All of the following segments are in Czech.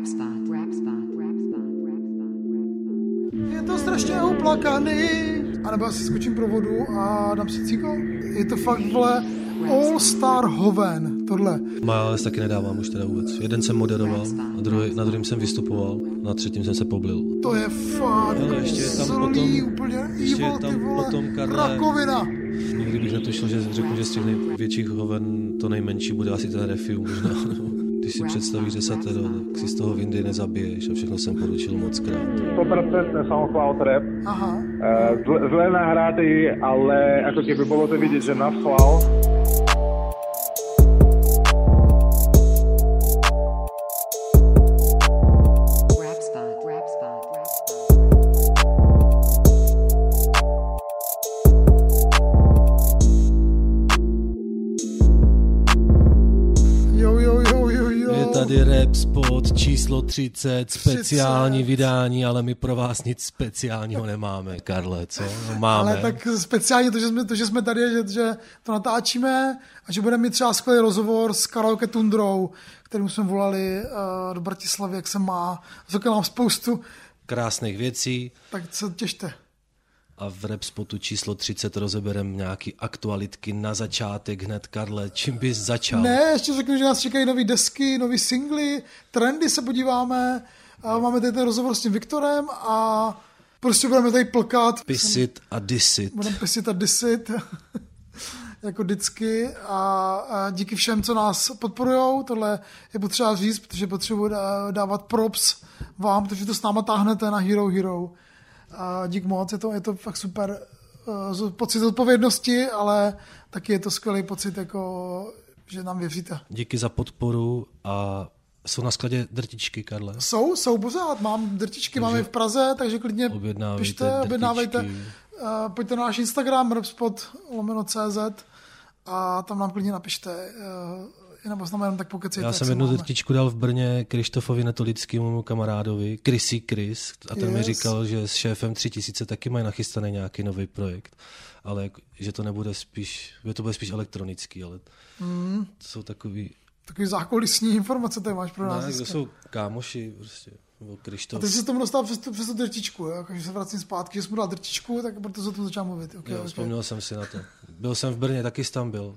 Je to strašně uplakaný. A nebo asi skočím pro vodu a dám si cíko. Je to fakt, vole, All Star Hoven, tohle. Miles taky nedávám už teda vůbec. Jeden jsem moderoval, na druhém jsem vystupoval, na třetím jsem se poblil. To je fakt zlý, úplně evil, ty vole, rakovina. Nikdy bych netušil, že řeknu, že z těch největších hoven to nejmenší bude asi ten Refium možná. Když si představíš desatero, tak si z toho v Indii nezabiješ a všechno jsem poručil moc krát. 100% samochvál trap. Aha. Zle nahrátý, ale ako keby bolo to vidieť, že na schvál. Tady Rap Spot číslo 30, speciální vydání, ale my pro vás nic speciálního nemáme, Karle, co? No, máme. Ale tak speciálně to, že jsme tady, že to natáčíme a že budeme mít třeba skvělý rozhovor s Karaoke Tundrou, kterým jsme volali do Bratislavy, jak se má. Řekl nám spoustu krásných věcí. Tak se těšte. A v Rap Spotu číslo 30 rozebereme nějaký aktualitky na začátek hned. Karle, čím bys začal? Ne, ještě řeknu, že nás čekají nový desky, nový singly, trendy se podíváme, máme tady ten rozhovor s tím Viktorem a prostě budeme tady plkat. Pisit a disit. Budeme pisit a disit, jako vždycky a díky všem, co nás podporujou, tohle je potřeba říct, protože potřebuji dávat props vám, protože to s náma táhnete na Hero Hero. A dík moc, je to fakt super pocit odpovědnosti, ale taky je to skvělý pocit, jako, že nám věříte. Díky za podporu a jsou na skladě drtičky, Karle? Jsou pořád, mám drtičky, máme je v Praze, takže klidně pište, objednávejte. Pojďte na náš Instagram, rapspot.cz a tam nám klidně napište. Nebo jsme jenom tak pokecejte. Já jsem jednu drtičku dal v Brně Krištofovi Netolickému, mému kamarádovi, Chris, a ten mi říkal, že s šéfem 3000 taky mají nachystaný nějaký nový projekt, ale že to nebude spíš, že to bude spíš elektronický, ale to jsou takový zákulisní informace, tady máš pro nás. Ne, to jsou kámoši prostě. A ty jsi se tomu dostal přes tu drtičku, jo? Když se vracím zpátky, že jsem mu dal drtičku, tak proto se o tom začal mluvit. Okay. Vzpomněl jsem si na to. Byl jsem v Brně, taky jsi tam byl.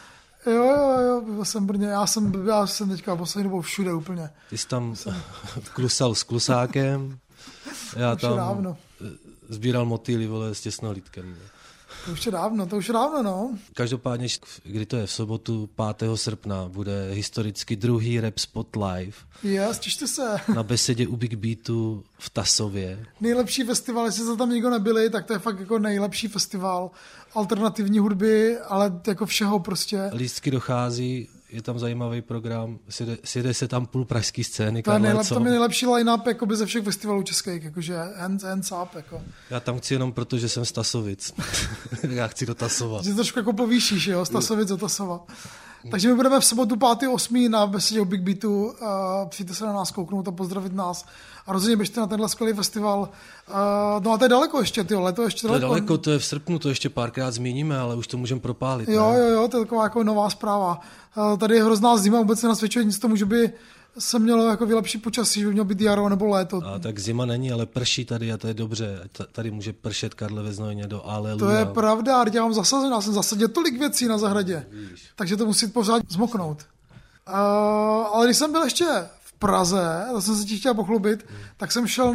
Jo, byl jsem v Brně, já jsem teďka poslední dobou všude úplně. Ty jsi tam klusal s klusákem, já tam sbíral motýly, vole, s těsnohlídkem. To už je dávno, no. Každopádně, kdy to je v sobotu, 5. srpna, bude historicky druhý Rap Spot live. Těšte se. Na besedě u Big Beatu v Tasově. Nejlepší festival, jestli jste tam nikdo nebyli, tak to je fakt jako nejlepší festival alternativní hudby, ale jako všeho prostě. Lístky dochází, je tam zajímavý program, sjede se tam půl pražský scény. To je nejlepší line-up jakoby ze všech festivalů českých, jakože hands up. Jako. Já tam chci jenom proto, že jsem z Tasovic. Já chci do Tasova. Že trošku jako povýšíš, jo, z Tasovic do Tasova. Takže my budeme v sobotu 5.8. na besedě u Big Beatu. Přijďte se na nás kouknout a pozdravit nás. A rozhodně běžte na tenhle skvělý festival. No a to je daleko ještě, leto ještě daleko. To je daleko, to je v srpnu, to ještě párkrát zmíníme, ale už to můžeme propálit. Jo, to je taková jako nová zpráva. Tady je hrozná zima, vůbec se nasvědčuje nic tomu, že by se mělo jako vylepší počasí, že by mělo být jaro nebo léto. A tak zima není, ale prší tady a to je dobře. Tady může pršet, Karle, ve Znojmě do aleluja. To je pravda, já mám zasazený, já jsem zasadil tolik věcí na zahradě, takže to musí pořád zmoknout. Ale když jsem byl ještě v Praze, to jsem se ti chtěl pochlubit, tak jsem šel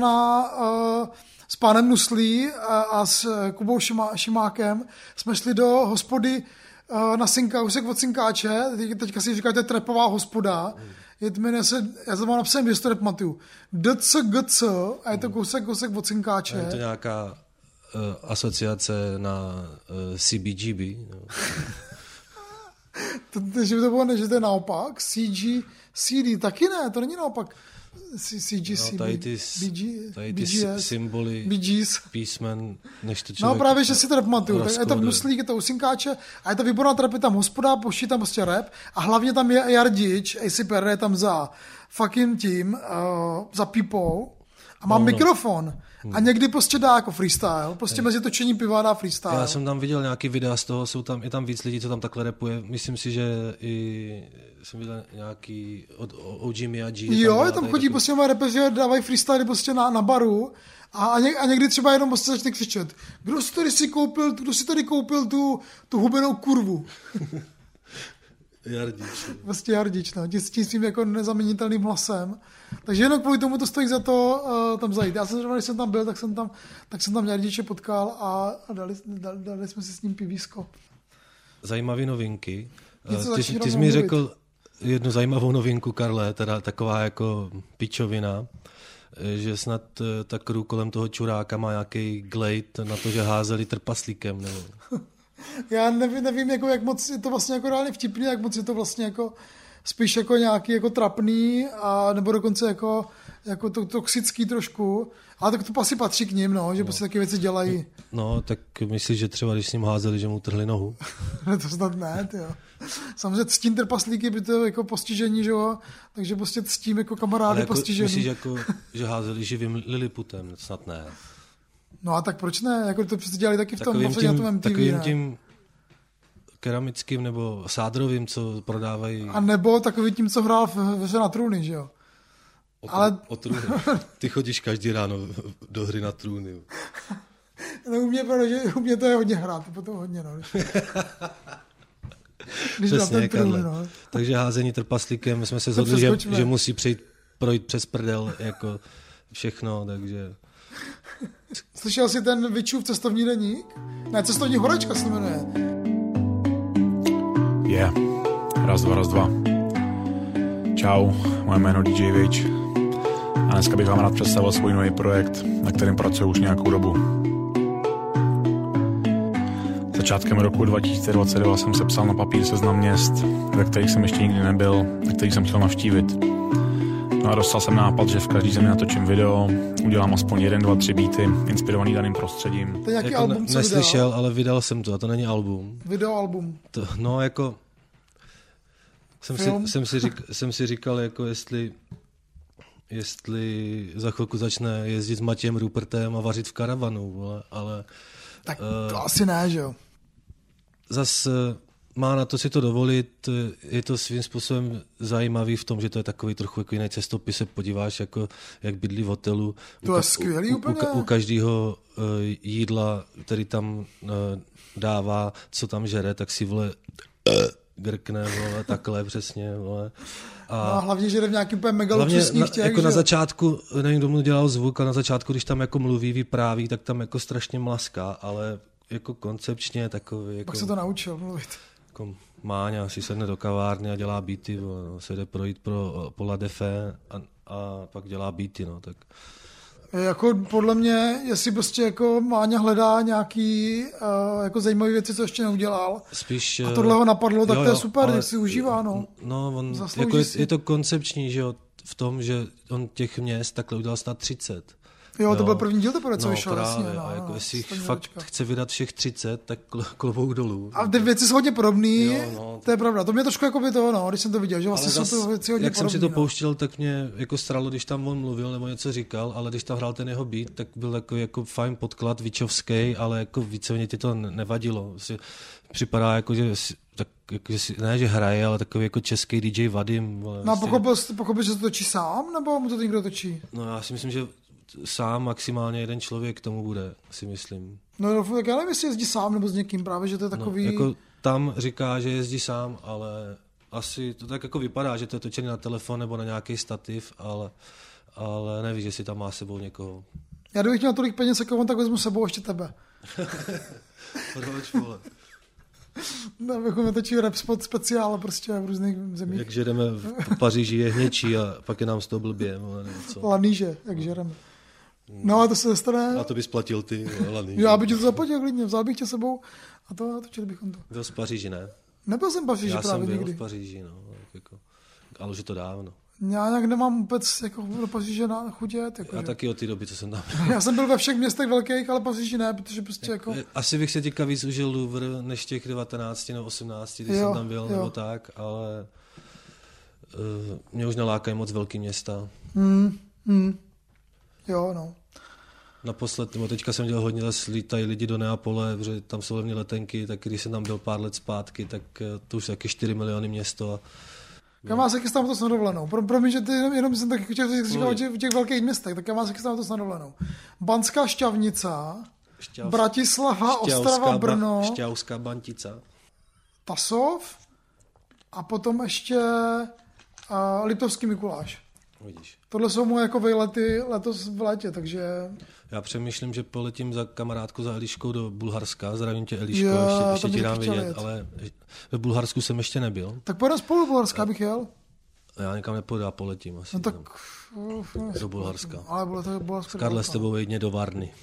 s pánem Nuslí a s Kubou Šimákem, jsme šli do hospody na kousek od Synkáče, teďka si říkáte trapová hospoda, já to mám napsaný, že to nepamatuju, DCGC a je to kousek od Synkáče. Je to nějaká asociace na CBGB. No. Že by to bylo, že to je naopak, CD taky ne, to není naopak. CGC, no, tady ty symboly písmen, než to člověk... No právě, že si to nepamatuju. Je to v Nuslík, je to u Synkáče a je to výborná trap, je tam hospoda, poští tam prostě rap a hlavně tam je Jardič, ACPR je tam za fucking tím, za pípou a mám mikrofon. A někdy prostě dá jako freestyle, prostě mezi točení piva dá freestyle. Já jsem tam viděl nějaký videa z toho, je tam víc lidí, co tam takhle rapuje. Myslím si, že i jsem viděl nějaký od OG Miyagi. Jo, tam chodí prostě repeři, že dávají freestyle prostě na baru a někdy třeba jenom prostě začne křičet, kdo si tady koupil tu hubenou kurvu. Jardič. Prostě Jardič, no, tím svým jako nezaměnitelným hlasem. Takže jenom kvůli tomu to stojí za to tam zajít. Já jsem, když jsem tam byl, tak jsem tam Jardiče potkal a dali jsme si s ním pivísko. Zajímavé novinky. Ty jsi mi řekl jednu zajímavou novinku, Karle, teda taková jako pičovina, že snad ta crew kolem toho čuráka má nějaký glade na to, že házeli trpaslíkem. Nebo... Já nevím jako, jak moc je to vlastně jako reálně vtipný, jak moc je to vlastně jako spíš jako nějaký jako trapný, a nebo dokonce jako to toxický trošku. Ale tak to asi patří k ním, no, že prostě taky věci dělají. No, tak myslíš, že třeba když s ním házeli, že mu trhli nohu? To snad ne, jo. Samozřejmě ctím trpaslíky, by to jako postižení, že jo, takže prostě ctím jako kamarády jako, postižení. Myslíš, jako, že házeli živým liliputem? Snad ne. No a tak proč ne? Jako to přece dělali taky v tom MTV, takovým ne? tím keramickým nebo sádrovým, co prodávají. A nebo takovým tím, co hrál v hře na trůny, že jo? O trůny. Ty chodíš každý ráno do hry na trůny. No, u mě to je hodně hrát, potom hodně, no. Když přesně, trůn, no. Takže házení trpaslíkem, jsme se shodli, že musí projít přes prdel jako všechno, takže... Slyšel jsi ten Vičův cestovní deník? Ne, cestovní horečka se jmenuje. Raz, dva. Čau, moje jméno DJ Vič. A dneska bych vám rád představil svůj nový projekt, na kterém pracuji už nějakou dobu. Začátkem roku 2022 jsem sepsal na papír seznam měst, ve kterých jsem ještě nikdy nebyl, a kterých jsem chtěl navštívit. No a dostal jsem nápad, že v každý zemi natočím video, udělám aspoň 1, 2, 3 beaty, inspirovaný daným prostředím. To je nějaký album, co neslyšel, vydal? ale vydal jsem to, a to není album. Videoalbum. No jako... Jsem si říkal, jako jestli za chvilku začne jezdit s Matějem Rupertem a vařit v karavanu, ale tak to asi ne, že jo? Zas má na to si to dovolit, je to svým způsobem zajímavý v tom, že to je takový trochu jako jiný cestopis, se podíváš, jako, jak bydlí v hotelu. To je skvělý úplně. U každého jídla, který tam dává, co tam žere, tak si grkne, vole, takhle přesně, vole. A hlavně, že jde v nějakým úplně megaločistních těch, jako že... Na začátku, nevím, kdo mu dělal zvuk, a na začátku, když tam jako mluví, vypráví, tak tam jako strašně mlaská, ale jako koncepčně takový. Jako, pak se to naučil mluvit. Jako Máňa si sedne do kavárny a dělá beaty, se jde projít po La Defe a pak dělá beaty, no, tak... Jako podle mě, jestli prostě jako Máňa hledá nějaký jako zajímavé věci, co ještě neudělal, spíš, a tohle ho napadlo, tak jo, to je super, ale, že si užívá, no. No, on, jako je to koncepční, že jo, v tom, že on těch měst takhle udělal snad 30. Jo, to byl první díl teprve, co vyšel. Právě, jasně, a jako jestli fakt chce vydat všech 30, tak klobouk dolů. A ty věci jsou hodně podobný, to je pravda. To mě trošku jako by to, když jsem to viděl, že vlastně jsou to věci hodně jak podobný. Jak jsem si to pouštěl, tak mě jako stralo, když tam on mluvil nebo něco říkal, ale když tam hrál ten jeho beat, tak byl takový jako fajn podklad vičovský, ale jako víceméně ti to nevadilo. Připadá jako, že tak, jako, ne, že hraje, ale takový jako český DJ Vadim. No a pochopil, že to točí sám, nebo mu to někdo točí? No já si myslím, že sám maximálně jeden člověk k tomu bude, si myslím. No tak já nevím, jestli jezdí sám nebo s někým, právě, že to je takový... No, jako tam říká, že jezdí sám, ale asi to tak jako vypadá, že to je točený na telefon nebo na nějaký stativ, ale nevíš, jestli tam má sebou někoho. Já kdybych měl tolik peněz, jako on, tak vezmu sebou ještě tebe. Proč, vole? No, bychom natočili rap spot speciál prostě v různých zemích. Jak žereme v Paříži je hněčí a pak je nám z toho blbě. Laníže, jak žereme. No a to se nestane. A to bys platil ty, laníže. Já bych ti to zaplatil klidně, vzal bych tě sebou a točili bychom to. Byl z Paříži, ne? Nebyl jsem v Paříži právě nikdy. Já jsem byl v Paříži, no. Jako, ale už je to dávno. Já nějak nemám vůbec jako do Paříže na chutět. Jako, já taky od té doby, co jsem tam. Já jsem byl ve všech městech velkých, ale Paříži ne, protože prostě jako... Asi bych se teďka víc užil Louvre než těch 19 nebo 18, když jsem tam byl, nebo tak, ale mě už nelákají moc velký města. Jo, no. Naposled, nebo teďka jsem dělal hodně, lítají lidi do Neapole, protože tam jsou levné letenky, tak když jsem tam byl pár let zpátky, tak to už taky 4 miliony město. Kam vás se chystám to s dovolenou? Promiň, že ty jenom jsem tak chtěl říkat v těch velkých městech, tak kam vás se chystám to s dovolenou? Banská Štiavnica, Bratislava, Ostrava, Brno, Šťavská Bantica, Tasov a potom ještě Liptovský Mikuláš. Vidíš. Tohle jsou moje jako vejlety letos v létě, takže... Já přemýšlím, že poletím za kamarádku za Eliškou do Bulharska. Zdravím tě, Eliško, ještě ti dám vědět, ale ve Bulharsku jsem ještě nebyl. Tak pojedeme spolu do Bulharska, bych jel. Já někam nepůjdu, já poletím asi. No tak... Do Bulharska. Ale bude to Bulharsko. Karle, s tebou jedně do Varny.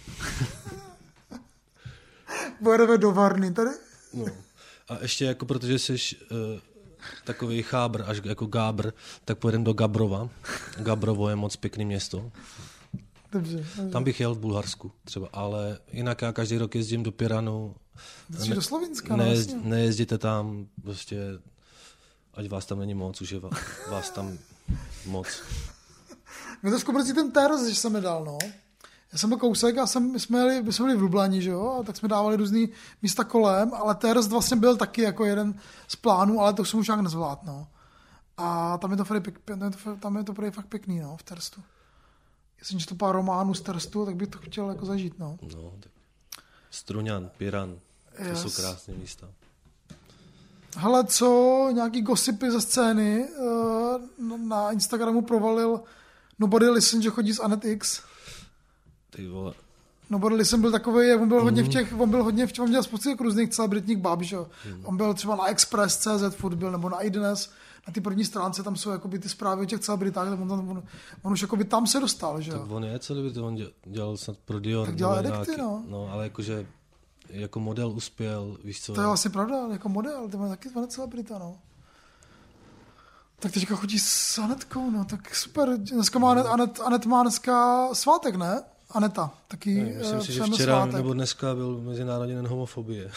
Pojedeme do Varny tady. No. A ještě jako, protože jsi takový chábr, až jako gábr, tak pojedeme do Gabrova. Gabrovo je moc pěkný město. Dobře. Tam bych jel v Bulharsku třeba, ale jinak já každý rok jezdím do Piranu. Jsi do Slovinska, nejezděte tam, prostě, ať vás tam není moc, už je vás tam moc. Mě trošku brzdí ten terz, že jsem nedal, no. Já jsem byl kousek a my jsme byli v Lublani, že jo, a tak jsme dávali různý místa kolem, ale terz vlastně byl taky jako jeden z plánů, ale to jsem už nějak nezvládl, no. A tam je to fakt pěkný, no, v Terstu. Jestli čtu pár románů z Terstu, tak bych to chtěl jako zažít, no. No, tak Struňan, Piran, to jsou krásné místa. Hele, co nějaký gossipy ze scény na Instagramu provalil Nobody Listen, že chodí s Anet X. Ty vole. Nobody Listen byl takový, on byl hodně on dělal spoustu jako různých celebritních bab, že jo. On byl třeba na Express.cz furt byl, nebo na iDnes, na té první stránce, tam jsou jakoby ty zprávy o těch celebritách, tak on už jakoby tam se dostal, že jo. Tak on je celebrit, on dělal snad pro Dior. Tak dělal edikty, no. No, ale jakože jako model uspěl, víš co. To je vlastně pravda, jako model, to je taky celebrita, no. Tak teďka chodí s Anetkou, no, tak super. Dneska má Anet má dneska svátek, ne? Aneta, taky myslím si, že včera svátek. Nebo dneska byl Mezinárodní den homofobie.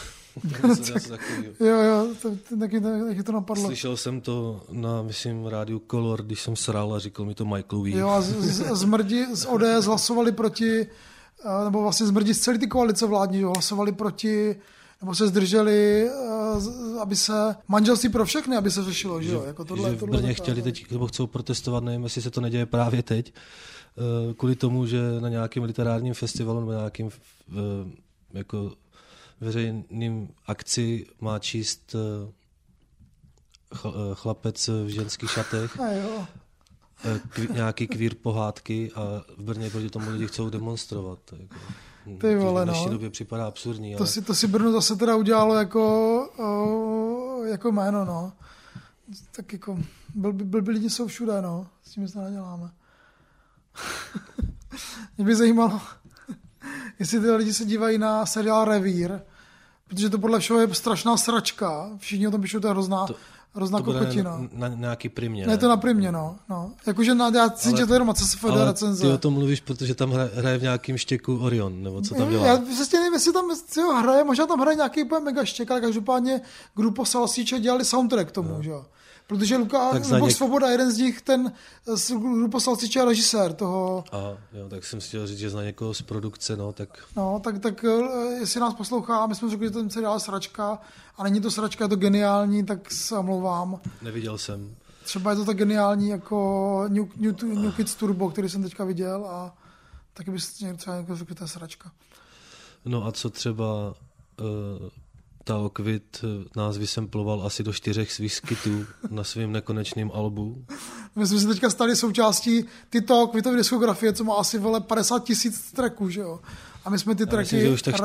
Jo, taky to napadlo. Slyšel jsem to na, myslím, rádiu Color, když jsem sral a říkal mi to Michael Ví. Jo, a zmrdi z ODS hlasovali proti, nebo vlastně zmrdi z celé ty koalice vládní, jo, hlasovali proti, nebo se zdrželi, aby se manželství pro všechny, aby se řešilo, že jo. Jako tohle v Brně chtěli teď, nebo chcou protestovat, nevím, jestli se to neděje právě teď, kvůli tomu, že na nějakém literárním festivalu nebo nějakým jako veřejným akci má číst chlapec v ženských šatech. Nějaký queer pohádky a v Brně proti tomu lidi chcou demonstrovat. Jako, ty vole, v dnešní době připadá absurdní. To si Brno zase teda udělalo jako jméno, no. Tak jako blbý lidi jsou všude, no. S tím se neděláme. Mě by zajímalo, jestli ty lidi se dívají na seriál Revír, protože to podle všeho je strašná sračka. Všichni o tom píšou, to je hrozná kokotina. Na nějaký Primě. Ne, to na Primě, no. Jakože já si četl jenom CSFD recenze. Ty o tom mluvíš, protože tam hraje v nějakým štěku Orion, nebo co tam dělá? Já vlastně nevím, jestli tam hraje, možná tam hraje nějaký úplně mega štěk, ale každopádně Grupo Salsíče dělali soundtrack k tomu, že jo. Protože Luboš Svoboda, jeden z nich, ten z Grupo Salsíče je režisér toho. Aha, jo, tak jsem si chtěl říct, že zná někoho z produkce, no, tak... No, tak jestli nás poslouchá a my jsme řekli, že ten seriál je sračka a není to sračka, je to geniální, tak se omlouvám. Neviděl jsem. Třeba je to tak geniální jako New Kids Turbo, který jsem teďka viděl a taky bys třeba řekl, že to je sračka. No a co třeba... Tao Quid nás vysemploval asi do 4 svých skitů na svým nekonečným albu. My jsme se teďka stali součástí ty Tao Quidovy diskografie, co má asi 50 000 tracků, že jo? A my jsme ty tracky... Myslím, že už tak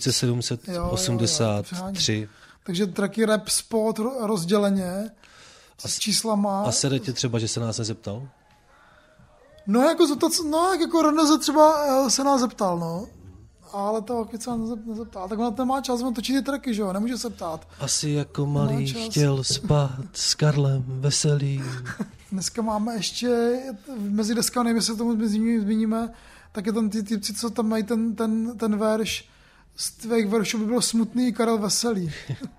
4783. Takže tracky rap spot rozděleně s číslama. A sere tě třeba, že se nás nezeptal? No, jako Reneze třeba se nás zeptal, no. Ale to Quid se nezeptal. Tak on nemá čas, on točí ty tracky, že jo, nemůže se ptát. Asi jako malý chtěl spát s Karlem Veselým. Dneska máme ještě, mezi deskami, nevím, jestli tomu zmíníme, tak je tam ty typci, co tam mají ten verš, z tvých veršů by byl smutný Karel Veselý.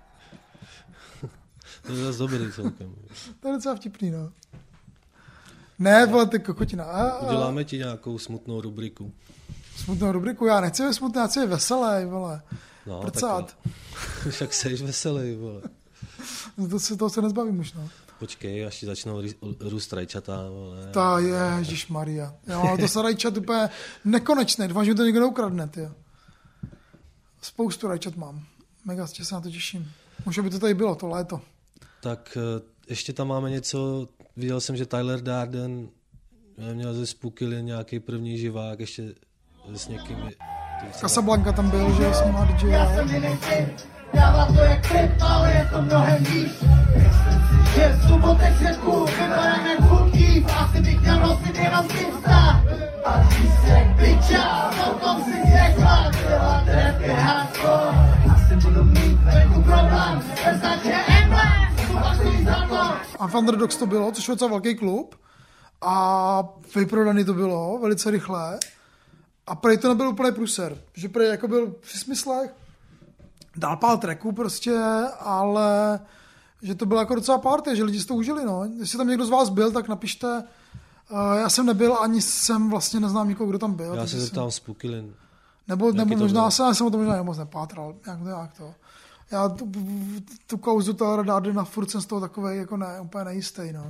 To je zase dobrý celkem. To je docela vtipný, no. Ne, vole, ty kokotina. Uděláme ti nějakou smutnou rubriku. Smutnou rubriku? Já nechci být smutný, já chci být veselý, vole. No, prcát. Však seš veselý, vole. toho se nezbavím už, no. Počkej, až ti začnou růst rajčata. Ta ježišmarja. Jo, to se rajčat úplně nekonečné. Doufám, že mi to někdo neukradne, tyjo. Spoustu rajčat mám. Mega se na to těším. Možná by to tady bylo, to léto. Tak ještě tam máme něco, viděl jsem, že Tyler Durden měl ze Spooky nějaký první živák, ještě s někým... Casablanca tam byl, že s ním má DJ. Dává to jak klip, ale je to mnohem víc. Že subotek světku, vypadám jak hulký, asi bych měl nosit jenom pizza. A se piča, potom si řekla, dělat rap je hardcore. Asi budu mít venku problém, Versace emblem, subačný za to. A v Underdogs to bylo, což je docela velký klub. A vyprodaný to bylo, velice rychle. A prej to nebyl úplný průser, že prej jako byl při smyslech, dál pár tracků prostě, ale že to byla jako docela party, že lidi si to užili, no. Jestli tam někdo z vás byl, tak napište. Já jsem nebyl, ani jsem vlastně neznám nikoho, kdo tam byl. Já se zeptám Spookylin. Nebo možná jsem o tom možná moc nepátral, jak to. Já tu kauzu Tylera Dardena furt jsem z toho takovej jako úplně nejistý, no.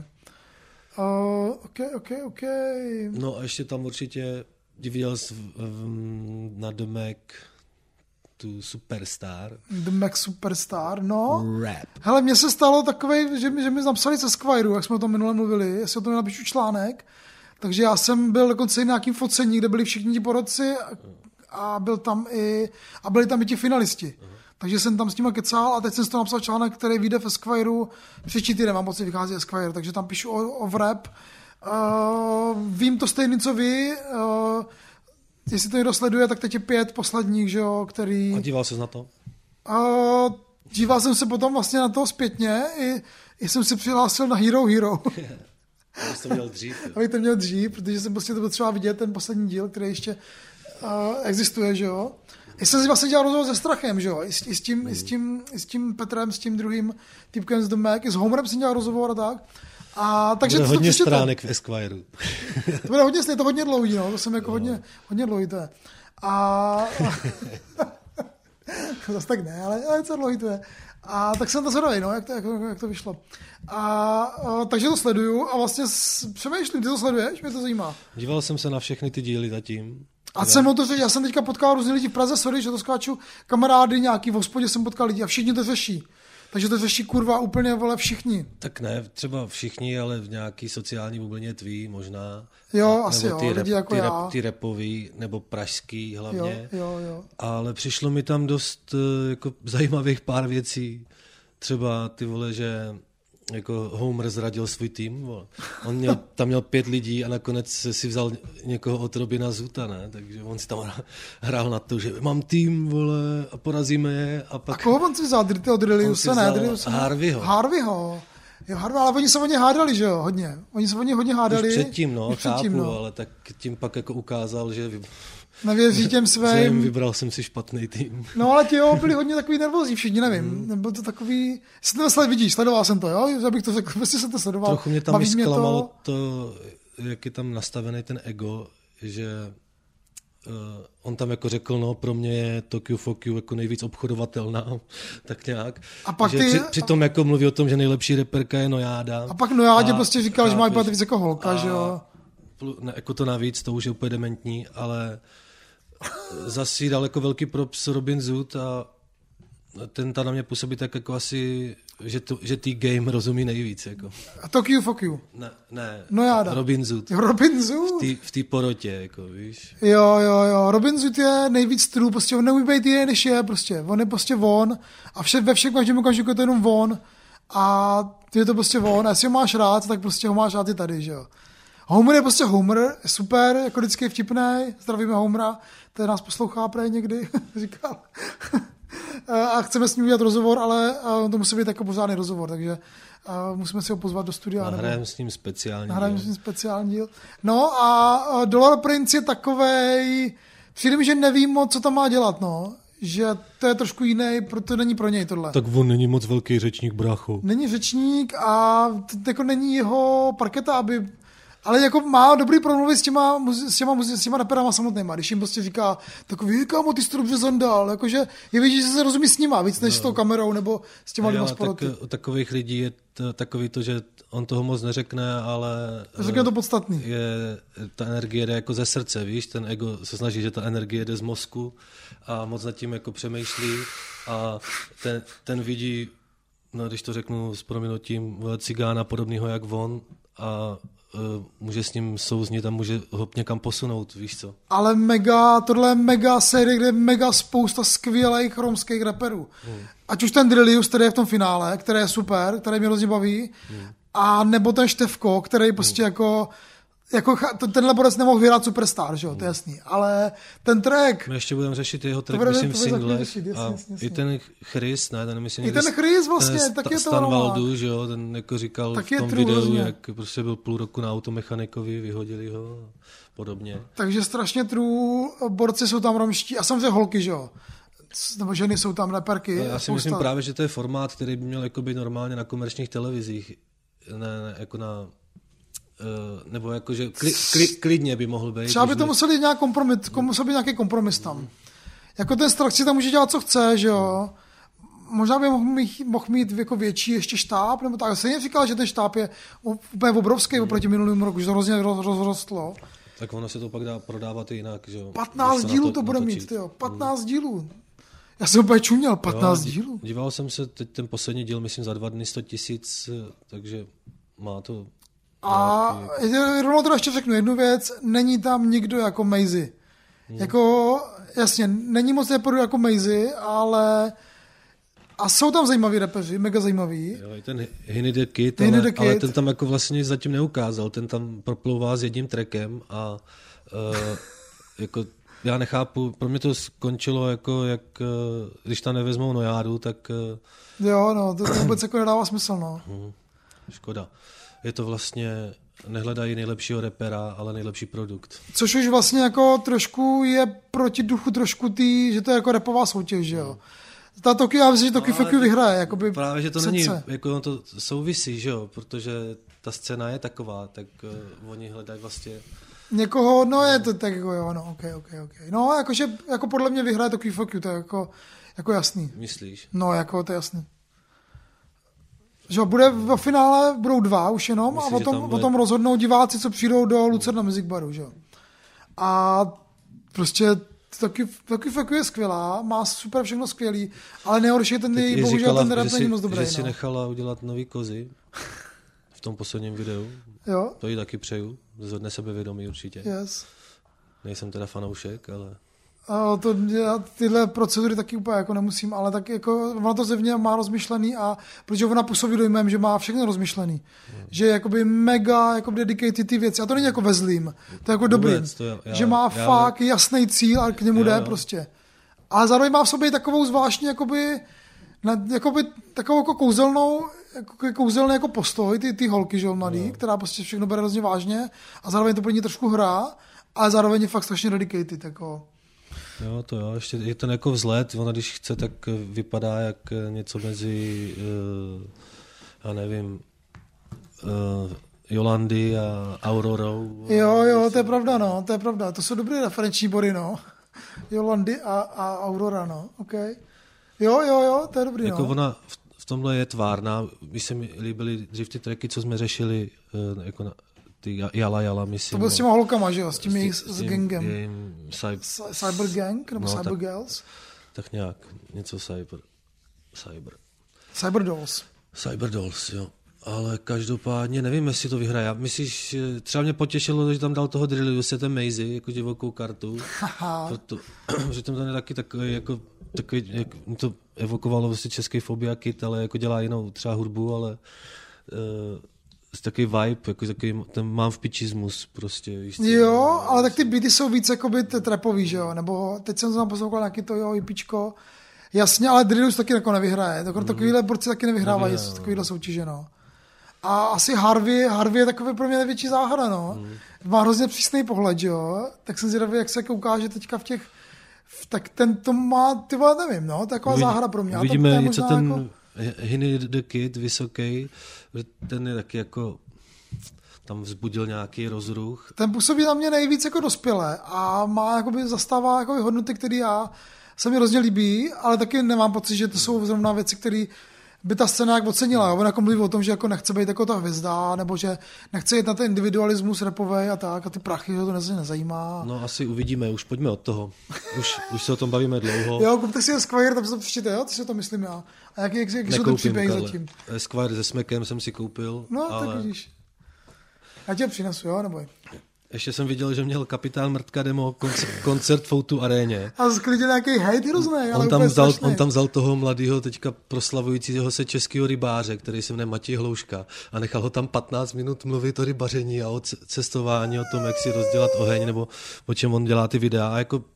OK. No a ještě tam určitě viděl na The Mac tu Superstar. The Mac Superstar, no. Rap. Hele, mně se stalo takovej, že mi napsali ze Squireu, jak jsme o tom minule mluvili, jestli o tom napíšu článek, takže já jsem byl dokonce i na nějakým focení, kde byli všichni ti porodci a byli tam i ti finalisti. Takže jsem tam s nima kecal a teď jsem si to napsal článek, který vyjde ve Squireu příští týden, mám pocit, vychází ze Squire, takže tam píšu o rap. Vím to stejný, co vy. Jestli to někdo sleduje, tak teď je 5 posledních, že jo, který... A díval ses na to? Díval jsem se potom vlastně na to zpětně, i jsem se přihlásil na Hero. Abych to měl dřív. Abych to měl dřív, protože jsem prostě to potřeboval vidět, ten poslední díl, který ještě existuje, že jo. Já jsem si vlastně dělal rozhovor se Strachem, že jo, i s tím Petrem, s tím druhým typkem z The Mac, i s Homerem jsem dělal rozhovor a tak. A takže bude hodně stránek v Esquireu. To bude hodně dlouhý, no, to jsem jako hodně dlouhý to je. A zase tak ne, ale co dlouhý to je. A tak jsem to zvedavý, no, jak to vyšlo. Takže to sleduju a vlastně přemýšlím, ty to sleduješ, mě to zajímá. Díval jsem se na všechny ty díly zatím. A já jsem teďka potkal různý lidi v Praze, sorry, že to skáču, kamarády nějaký v hospodě jsem potkal lidi a všichni to řeší. Takže to řeší kurva úplně, vole, všichni. Tak ne, třeba všichni, ale v nějaký sociální bublině tvý možná. Jo, asi jo, lidi jako já. Ty rapový, nebo pražský hlavně. Jo. Ale přišlo mi tam dost jako zajímavých pár věcí. Třeba ty vole, že jako Homer zradil svůj tým. Vole. On tam měl 5 lidí a nakonec si vzal někoho od Robina Zuta, ne? Takže on si tam hrál na to, že mám tým, vole, a porazíme je. A koho on si vzal? Od Drilliuse, ne? Harveyho. Jo, ale oni se o ně hádali, že jo, hodně. Oni se o ně hodně hádali. Už předtím, chápu, ale tak tím pak jako ukázal, že... Nevěří těm svým. Vybral jsem si špatný tým. No ale ti byli hodně takový nervózní všichni, nevím. Nebo to takový... Jestli to vidíš, sledoval jsem to, jo? Abych to řekl, prostě jsem to sledoval. Trochu mě tam zklamalo to, jak je tam nastavený ten ego, že on tam jako řekl, no pro mě je Tokyo Fuck You jako nejvíc obchodovatelná, tak nějak. A pak přitom jako mluví o tom, že nejlepší reperka je Nojáda. A pak Nojádě prostě říkal, že má vypadat víc jako holka, že jo? Ne, jako to navíc, to už je úplně dementní, ale zase jí dal jako velký props Robin Zoot a ten tam na mě působí tak jako asi, že tý game rozumí nejvíc. Jako. A Tokyo Fuck You? Ne. Nojáda. Robin Zoot. Robin Zoot? V té porotě, jako víš. Jo. Robin Zoot je nejvíc stylů, prostě on neumí být jiný, než je prostě. On je prostě on a ve všem každém okamžiku je to jenom on a je to prostě on a jestli ho máš rád, tak prostě ho máš rád i tady, že jo. Homer je prostě Homer, je super, jako vždycky je vtipnej, zdravíme Homera, ten nás poslouchá prej někdy, říkal. A chceme s ním udělat rozhovor, ale to musí být jako pořádný rozhovor, takže musíme si ho pozvat do studia. Nahrajeme s ním speciální díl. No a Dollar Prince je takovej, přijde mi, že nevím moc, co tam má dělat, no. Že to je trošku jiný, to není pro něj tohle. Tak on není moc velký řečník, brácho. Není řečník a jako není jeho parketa, ale jako má dobrý promluvy s těma raperama samotnýma, když jim prostě říká takový, kámo, ty jsi to dobře zandal, jakože je vidět, že se rozumí s nima, víc než s tou kamerou nebo s těma lidma sporoty. Tak u takových lidí je takový to, že on toho moc neřekne, ale řekne to podstatný. Ta energie jde jako ze srdce, víš, ten ego se snaží, že ta energie jde z mozku a moc nad tím jako přemýšlí a ten vidí, no když to řeknu s prominutím, cigána podobného jak on a může s ním souznit a může ho někam posunout, víš co. Ale tohle je mega série, kde je mega spousta skvělých romských raperů. Ať už ten Drillius, který je v tom finále, který je super, který mě hrozně baví, a nebo ten Štefko, který prostě jako tenhle borec nemohl vyhrát Superstar, že jo, to je jasný, ale ten track... My ještě budeme řešit jeho track, myslím, v singlech a i ten Chris, ne, ten myslím... I ten Chris vlastně, tak je to Stan Valdu, že jo, ten jako říkal tak v tom videu, hrozně. Jak prostě byl půl roku na automechanikovi, vyhodili ho a podobně. Takže strašně true, borci jsou tam romští a samozřejmě holky, že jo. Nebo ženy jsou tam raperky. Já si myslím právě, že to je formát, který by měl jako být normálně na komerčních televizích, ne jako na... nebo jakože klidně by mohl být. Třeba by to musel být nějaký kompromis tam. Jako ten Strach si tam může dělat, co chce, že jo. Možná by mohl mít jako větší ještě štáb, nebo tak. Jsem říkal, že ten štáb je úplně obrovský oproti minulému roku, že to hrozně rozrostlo. Tak ono se to pak dá prodávat i jinak, že jo. 15 dílů to bude mít, jo. 15 dílů. Já jsem úplně čuměl, 15 dílů. Díval jsem se teď ten poslední díl, myslím, za 2 dny 100 000, takže má to... A rovnou to ještě řeknu jednu věc, není tam nikdo jako Maisie. Jako, jasně, není moc nepodu jako Maisie, ale a jsou tam zajímaví rapeři, mega zajímaví. Jo, ten Hinny the Kid, ale ten tam jako vlastně zatím neukázal, ten tam proplouvá s jedním trackem a jako já nechápu, pro mě to skončilo jako, jak když tam nevezmou Nojádu, tak... Jo, no, to vůbec jako nedává smysl, no. Škoda. Je to vlastně, nehledají nejlepšího rapera, ale nejlepší produkt. Což už vlastně jako trošku je proti duchu trošku že to je jako rapová soutěž, že jo. Ta Tokyo, já myslím, že Tokyo Fuck You vyhraje, jakoby právě, že to není, jako to souvisí, že jo, protože ta scéna je taková, tak oni hledají vlastně... Někoho, no je to tak jako jo, no, ok. No, jakože, jako podle mě vyhraje Tokyo Fuck You, to je jako jasný. Myslíš? No, jako to je jasný. Že bude v finále, budou 2 už jenom. Myslíš, a potom rozhodnou diváci, co přijdou do Lucerna Music Baru, že? A prostě taky Fuck You je skvělá, má super všechno skvělý, ale nejhorší je ten bohužel ten rap není moc dobrý. Že si nechala udělat nový kozy v tom posledním videu. Jo. To jí taky přeju, zhodne sebevědomí určitě. Yes. Nejsem teda fanoušek, ale... Já tyhle procedury taky úplně jako nemusím, ale tak jako ona to zevně má rozmyšlený a protože ona působí dojmem, že má všechno rozmyšlený. Že je jakoby mega jakoby dedicated ty věci. A to není jako ve zlým, to je jako dobrý. Že má fakt jasný cíl a k němu jde prostě. Ale zároveň má v sobě takovou zvláštní jakoby takovou jako kouzelný jako postoj, ty holky, že mladý, která prostě všechno bere hrozně vážně a zároveň to pro ní trošku hra, ale zároveň je fakt strašně dedicated, jako... Jo, ještě je ten jako vzhled, ona když chce, tak vypadá jak něco mezi, já nevím, Jolandy a Aurorou. Jo, to je pravda, no, to je pravda, to jsou dobré referenční body, no. Jolandy a Aurora, no, ok. Jo, to je dobrý, jako no. Ona v tomhle je tvárná, mi se mi líbily dřív ty tracky, co jsme řešili, jako na ty Jala, myslím. To byl s těma holkama, že jo, s tím jejich gangem. Cyber Gang, nebo Cyber Girls? Tak nějak, něco Cyber. Cyber Dolls, jo. Ale každopádně nevím, jestli to vyhraje. Myslíš, třeba mě potěšilo, že tam dal toho Drilliuse, ten Maisie, jako divokou kartu. Že tam je taky takový, jako to evokovalo vlastně český Phobia Kid, ale jako dělá jinou třeba hudbu, ale takový vibe, jako takový, ten mám v pičismus prostě. Víš, jo, ale tak ty beaty jsou víc jakoby trapový, že jo, nebo teď jsem tam poslouchal nějaký to jo, hipičko. Jasně, ale Drillius taky jako nevyhraje, takovýhle borci taky nevyhrávají takovýhle soutěže, no. A asi Harvey je takový pro mě největší záhada, no. Má hrozně přísný pohled, jo, tak jsem zvědavý, jak se jako ukáže teďka v těch, tak ten to má, ty vole, nevím, no, taková záhada pro mě. Uvidíme něco ten Hinny the Kid, vysoký, ten je taky jako, tam vzbudil nějaký rozruch. Ten působí na mě nejvíc jako dospělé a zastává jakoby hodnoty, které se mi hrozně líbí, ale taky nemám pocit, že to jsou zrovna věci, které by ta scéna jak ocenila. On jako mluví o tom, že jako nechce být jako ta hvězda, nebo že nechce jít na ten individualismus rapovej a tak, a ty prachy, že to nezajímá. No asi uvidíme, už pojďme od toho. Už se o tom bavíme dlouho. Jo, kupte si Esquire, tam se to přečtěte, jo, co si to myslím já. A jaký jsou ty příběhy zatím? Esquire se Smekem jsem si koupil. No, ale... tak vidíš. Já tě přinesu, jo, neboj. Ještě jsem viděl, že měl Kapitán Mrtka demo koncert v O2 aréně. A sklidil nějaký hejt hrozný, ale on tam vzal toho mladého teďka proslavujícího se českého rybáře, který se jmenuje Matěj Hlouška, a nechal ho tam 15 minut mluvit o rybaření a o cestování, o tom, jak si rozdělat oheň, nebo o čem on dělá ty videa. A jako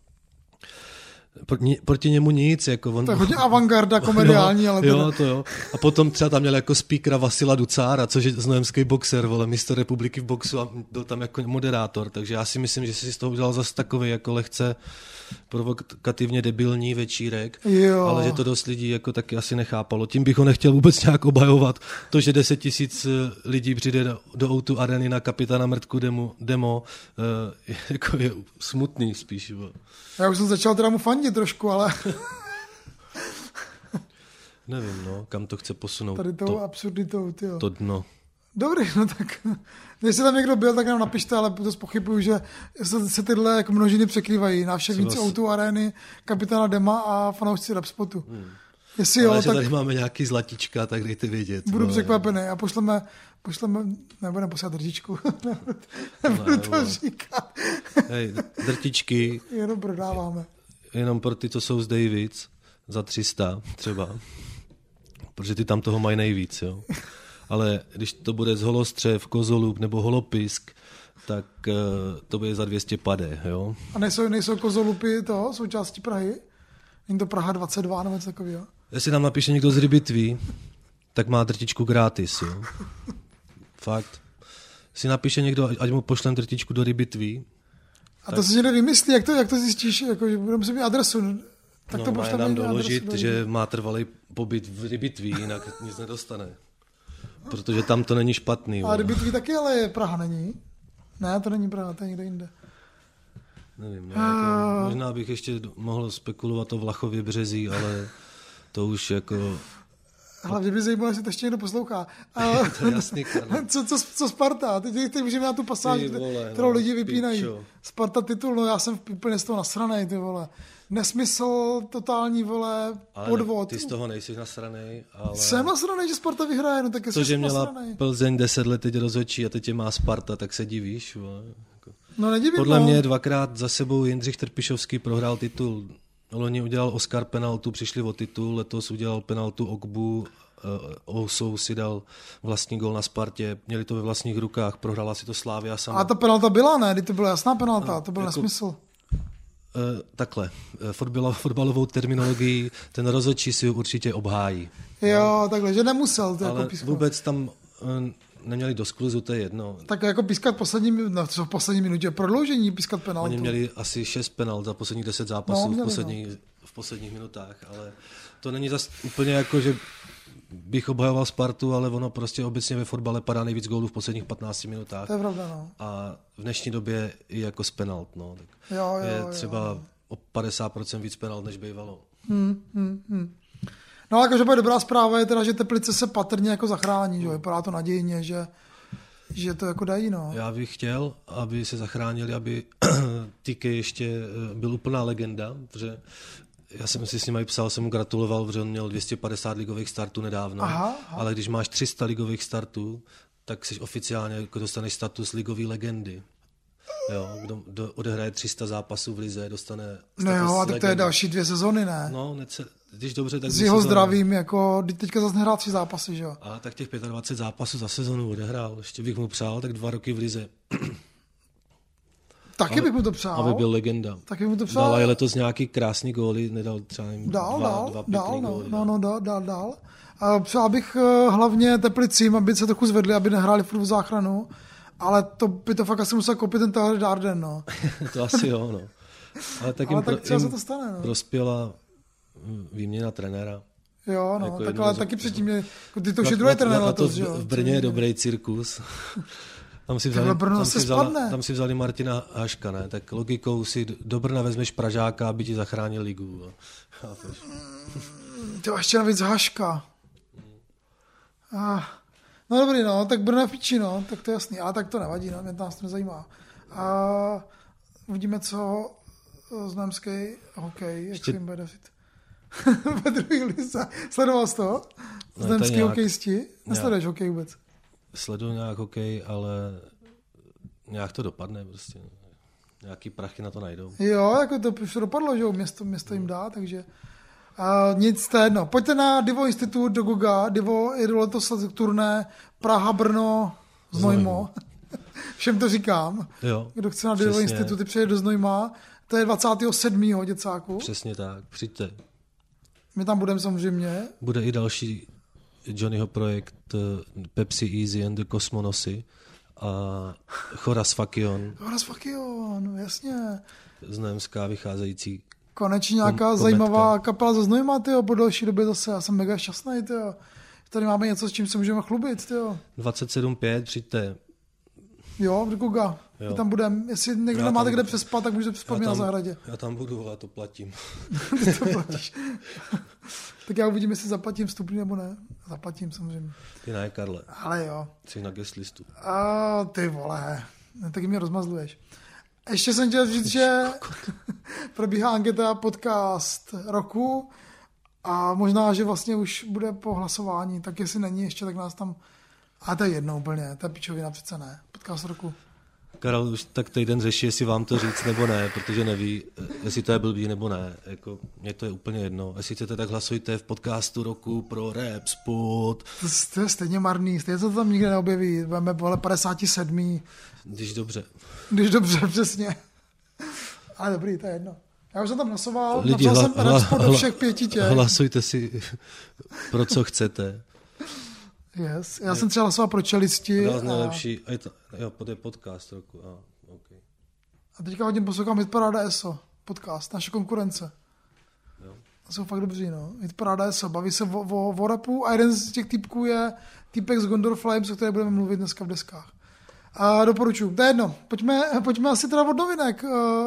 proti němu nic. Jako on, to je hodně avantgarda komediální, ale teda. Jo, to jo. A potom třeba tam měl jako speakera Vasila Ducára, což je znojemský boxer, vole, mistr republiky v boxu, a byl tam jako moderátor, takže já si myslím, že si z toho udělal zase takový jako lehce provokativně debilní večírek, jo. Ale že to dost lidí jako taky asi nechápalo. Tím bych ho nechtěl vůbec nějak obhajovat. To, že 10 000 lidí přijde do O2 Areny na Kapitána Mrtku demo jako je smutný spíš. Bo. Já už jsem začal teda mu fandit trošku, ale... Nevím, no, kam to chce posunout. Tady tou absurditou, tyjo. To dno. Dobrý, no tak, když se tam někdo byl, tak nám napište, ale to spochybuju, že se tyhle jako množiny překrývají. Návštěvníci O2 Areny, Kapitána Dema a fanoušci Rapspotu. Jestli ale jo, že tak tady máme nějaký zlatička, tak dejte vědět. budu překvapený a pošleme nebudeme poslat drtičku. Nebudu to říkat. Hej, drtičky. Jenom prodáváme. Jenom pro ty, co jsou z Davids, za 300 třeba. Protože ty tam toho mají nejvíc, jo. Ale když to bude z Holostřev, Kozolub nebo Holopisk, tak to bude za 200 pade, jo. A nejsou Kozolupy součástí Prahy? Není to Praha 22 nebo něco takového? Jestli nám napíše někdo z Rybitví, tak má drtičku gratis, jo. Fakt. Si napíše někdo, ať mu pošlem drtičku do Rybitví. A to si někdo vymyslí, jak to zjistíš, jako, že budeme si mít adresu. Tak no, to má nám doložit, adresu, že má trvalý pobyt v Rybitví, jinak nic nedostane. Protože tam to není špatný. A Rybitví taky, ale Praha není. Ne, to není Praha, to je někde jinde. Nevím, jako, možná bych ještě mohl spekulovat o Vlachově Březí, ale to už jako... Hlavně by zajímalo, jestli to ještě někdo poslouchá. To je jasný, co Sparta? Teď můžeme na tu pasáž, kterou lidi vypínají. Pičo. Sparta titul, no já jsem úplně z toho nasranej, ty vole. Nesmysl, totální, vole, podvod. Ale ty z toho nejsi nasranej, ale... Jsem nasranej, že Sparta vyhraje, no tak to, že měla Plzeň 10 let teď rozhodčí a teď je má Sparta, tak se divíš, vole. No nedivím, podle mě 2krát za sebou Jindřich Trpišovský prohrál titul. Loni udělal Oscar penaltu, přišli o titul, letos udělal penaltu Ogbu, Ousou si dal vlastní gól na Spartě, měli to ve vlastních rukách, prohrála si to Slavia sama. A ta penalta byla, ne? To byla jasná penalta, to byl jako, nesmysl. Takhle, fotbalovou terminologii, ten rozhodčí si určitě obhájí. Jo, takhle, že nemusel. To ale jako pískat. Vůbec tam neměli do skluzu, to je jedno. Tak jako pískat v poslední minutě, prodloužení pískat penaltu. Oni měli asi 6 penalt za posledních 10 zápasů v posledních minutách, ale to není zas úplně jako, že bych obhajoval Spartu, ale ono prostě obecně ve fotbale padá nejvíc gólů v posledních 15 minutách. To je pravda, no. A v dnešní době i jako z penalt, no. Tak je třeba o 50% víc penalt, než bývalo. No ale každopádně dobrá zpráva je teda, že Teplice se patrně jako zachrání, že vypadá to nadějně, že to jako dají, no. Já bych chtěl, aby se zachránili, aby TK ještě byl úplná legenda, protože já jsem si s ním psal, jsem mu gratuloval, protože on měl 250 ligových startů nedávno, ale když máš 300 ligových startů, tak jsi oficiálně jako dostaneš status ligové legendy. Jo, kdo odehraje 300 zápasů v lize, dostane status no jo, a tak legendy. to je další 2 sezony, ne? No, když dobře, tak s jeho zdravím, jako teďka zase nehrál 3 zápasy, že jo? A tak těch 25 zápasů za sezonu odehrál, ještě bych mu přál, tak 2 roky v lize. Taky bych mu to přál. Aby byl legenda. Taky mu to přál. Dal i letos nějaký krásný góly, nedal třeba dva pěkný góly. Dál. A přál bych hlavně Teplicím, aby se trochu zvedli, aby nehráli furt v záchranu, ale to by to fakt asi musel koupit ten Tyler Darden, no. To asi jo, no. Ale tak jim se to stane, no. Prospěla výměna trenéra. Jo, no, jako ale taky předtím, ty to už je druhý trenér letos, že jo. V Brně je dobrý cirkus. Tam si vzali Martina Haška, ne? Tak logikou si do Brna vezmeš Pražáka, aby ti zachránil ligu. No. To ještě navíc Haška. No dobrý, no, tak Brno je v piči, no, tak to je jasný. Ale tak to nevadí, no, mě to nás to nezajímá. Uvidíme, co znojemský hokej, jak se jim bude dařit. Ve druhé lize. Sledoval jsi to? Znojemský hokejisti? Nesleduješ hokej vůbec? Sleduju nějak hokej, ale nějak to dopadne prostě. Nějaký prachy na to najdou. Jo, jako to už dopadlo, že město jim dá, takže nic, to je jedno. Pojďte na Divo Institut do Goga. Divo je letos turné Praha, Brno, Znojmo. Všem to říkám. Jo, kdo chce na Divo Institut, přijde do Znojma. To je 27. děcáku. Přesně tak, přijďte. My tam budeme samozřejmě. Bude i další Johnnyho projekt Pepsi Easy and the Kosmonosy a Choras Fakion. Choras Fakion, jasně. Znojemská vycházející. Konečně nějaká zajímavá kapela ze Znojma, tyjo, po delší době zase. Já jsem mega šťastný, tyjo. Tady máme něco, s čím se můžeme chlubit, tyjo. 27.5, přijďte. Jo, do Kuga. My tam budeme. Jestli někdo nemáte kde přespat, tak můžete přespat mě na zahradě. Já tam budu, ale to platím. Ty to platíš. Tak já uvidím, jestli zaplatím vstupný nebo ne. Zaplatím samozřejmě. Ty ne, Karle. Ale jo. Jsi na guest listu. Ty vole. Taky mě rozmazluješ. Ještě jsem chtěl říct, že probíhá anketa podcast roku a možná, že vlastně už bude po hlasování, tak jestli není ještě, tak nás tam... A to je jedno úplně, to je pičovina, přece ne. Podcast roku. Karel už tak týden řeší, jestli vám to říct nebo ne, protože neví, jestli to je blbý nebo ne. Jako, mně to je úplně jedno. Jestli chcete, tak hlasujte v podcastu roku pro Rap Spot. To je stejně marný, stejně se to tam nikde neobjeví. Budeme 57. Když dobře, přesně. Ale dobrý, to je jedno. Já už jsem tam hlasoval, napsal jsem Rap Spot do všech 5 těch. Hlasujte si pro co chcete. Yes. Já jsem třeba hlasoval pro Čelisti. Nejlepší. To je podcast roku. Okay. A teďka hodně poslouchám Hitparáda ESO. Podcast, naše konkurence. Jo. To jsou fakt dobří, no. Hitparáda ESO. Baví se o rapu a jeden z těch typků je týpek z Gondor Flames, o které budeme mluvit dneska v deskách. A doporučuji. To je jedno. Pojďme asi teda od novinek.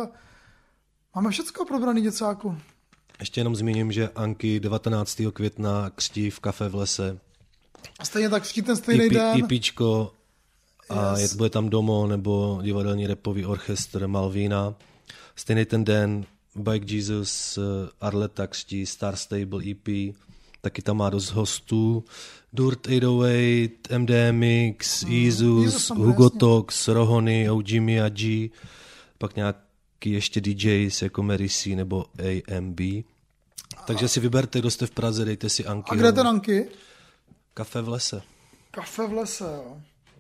Máme všecko probraný, děcáku. Ještě jenom zmíním, že Anky 19. května křtí v kafe v lese. A stejně tak vští ten stejný den. IPčko a bude tam Domo nebo divadelní rapový orchestr Malvína. Stejný ten den Bike Jesus, Arleta křtí Star Stable EP, taky tam má dost hostů. Dirt 808, MDMX, Izus, Hugo Tox, Rohony, OG Miyagi, pak nějaký ještě DJs jako Mary C nebo AMB. Takže si vyberte, kdo jste v Praze, dejte si Anky. A kde je ten Anky? Kafe v lese. Kafe v lese, jo.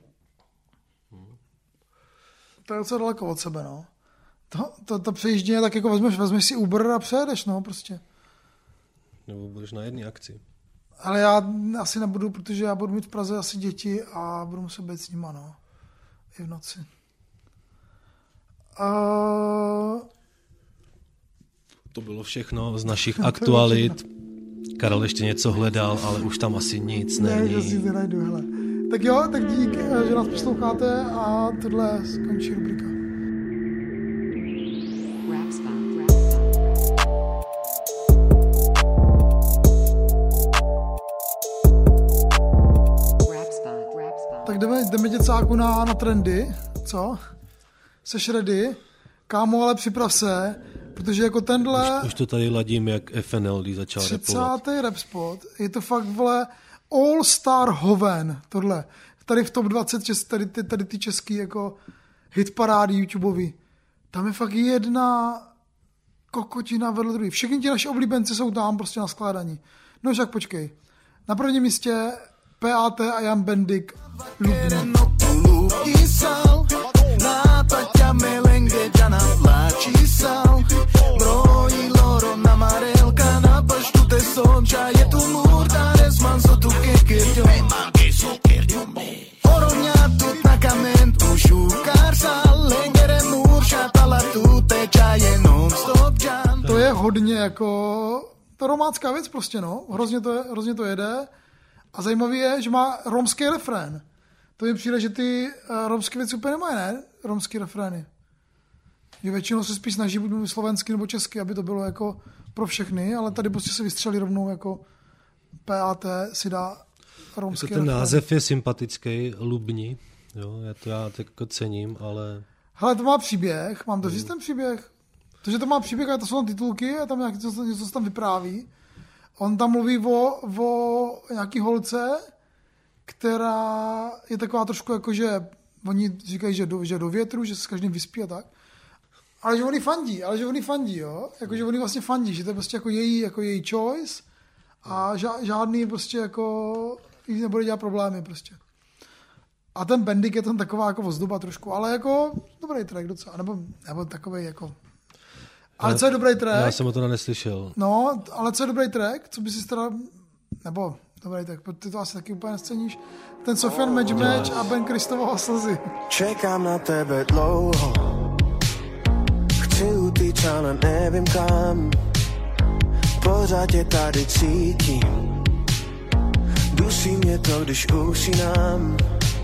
To je docela daleko od sebe, no. To přejíždění tak jako vezmeš si Uber a přejedeš, no, prostě. Nebo budeš na jedné akci. Ale já asi nebudu, protože já budu mít v Praze asi děti a budu muset být s nima, no. I v noci. To bylo všechno z našich aktualit. Karel ještě něco hledal, ale už tam asi nic není. Ne, že si nenajdu, hele. Tak jo, tak dík, že nás posloucháte a tohle skončí rubrika. Tak jdeme děcáku na trendy, co? Seš ready? Kámo, ale připrav se, protože jako tenhle... Už to tady ladím, jak FNL, když začal 30. rapovat. 30. Rap Spot, je to fakt, vole, All Star Hoven, tohle. Tady v top 20, tady ty český jako hitparády YouTubeový. Tam je fakt jedna kokotina vedle druhý. Všichni ti naši oblíbenci jsou tam prostě na skládaní. No však počkej. Na prvním místě PAT a Jan Bendik. To je hodně jako to romácká věc prostě, no. Hrozně to jede. A zajímavý je, že má romský refrén. To mi přijde, že ty romské věci úplně nemají, ne? Romský refrény. Že většinou se spíš snaží buď slovensky nebo česky, aby to bylo jako pro všechny, ale tady prostě se vystřelí rovnou jako PAT si dá romský refrén. Ten název je sympatický, Lubni, jo, já to jako cením, ale... Hele, to má příběh, mám to říct ten příběh. To, že to má příběh, a to jsou tam titulky a tam něco se tam vypráví. On tam mluví o nějaký holce, která je taková trošku jako, že oni říkají, že do větru, že se s každým vyspí a tak. Ale že oni fandí, jo. Jako, že oni vlastně fandí, že to je prostě jako její choice a žádný prostě jako jí nebude dělat problémy prostě. A ten Bendik je tam taková jako ozdoba trošku, ale jako dobrý track docela, nebo takovej jako... Ale co je dobrý track? Já jsem o to neslyšel. No, ale co je dobrý track? Co by si teda... Nebo dobrý track, ty to asi taky úplně nesceníš. Ten Sofian Match a Ben Kristovo Slzy. Čekám na tebe dlouho, chci utíct, ale nevím kam. Pořád tě tady cítím, dusí mě to, když usínám.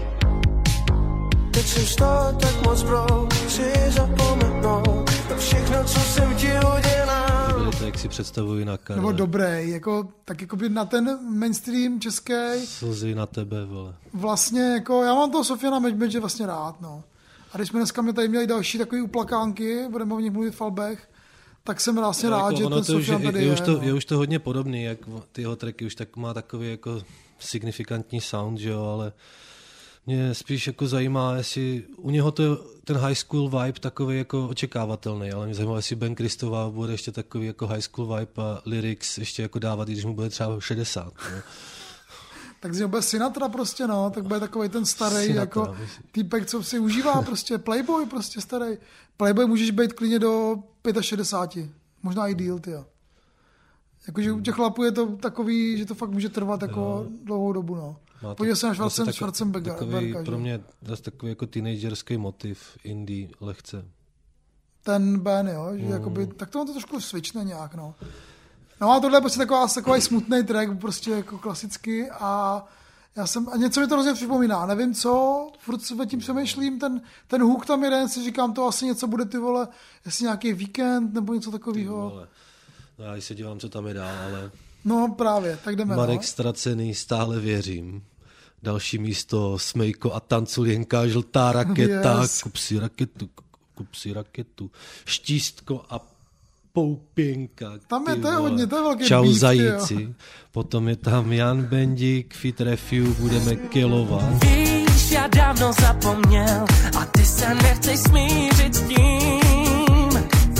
Teď jsem z toho tak moc brou, chci zapomenout to všechno, co jsem ti udělal. Jak si představuji na Karle. Nebo dobrý, jako, tak jako by na ten mainstream český. Slzy na tebe, vole. Vlastně jako, já mám toho Sofiana Match vlastně rád, no. A když jsme dneska tady měli další takový uplakánky, budeme o nich mluvit v albech, tak jsem vlastně rád, že ten Sofian tady je. Je už to hodně podobný, jak ty jeho tracky už tak má takový jako signifikantní sound, že jo, ale mě spíš jako zajímá, jestli u něho to je ten high school vibe takový jako očekávatelný, ale mě zajímá, jestli Ben Kristová bude ještě takový jako high school vibe a lyrics ještě jako dávat, když mu bude třeba 60. No. Tak z něho bude Sinatra prostě, no, tak bude takový ten starý Sinatra, jako týpek, co si užívá prostě, playboy prostě starý. Playboy můžeš být klidně do 65, možná i díl, tyjo. Jakože u těch chlapů je to takový, že to fakt může trvat jako dlouhou dobu, no. Podívej se na Schwarzenberga. Pro mě dost takový jako teenagerský motiv indie lehce. Ten Ben, jo, že jakoby, tak to on to trošku switchne nějak, no. No a tohle je prostě takový smutný track, prostě jako klasicky a něco mi to hrozně připomíná, nevím co, furt se tím přemýšlím, ten hook tam jeden, si říkám, to asi něco bude, ty vole, jestli nějaký víkend nebo něco takového. No já se dívám, co tam je dál, ale... No právě, tak jdeme. Marek Ztracený, stále věřím. Další místo, Smejko a Tanculienka, Žltá raketa, yes. Kup si raketu, Štístko a Poupěnka. Tam je, to je hodně, to je velký Čau beat, zajíci. Tyjo. Potom je tam Jan Bendik, Fit Refiu, budeme kilovat. Víš, já dávno zapomněl a ty se nechceš smířit s tím.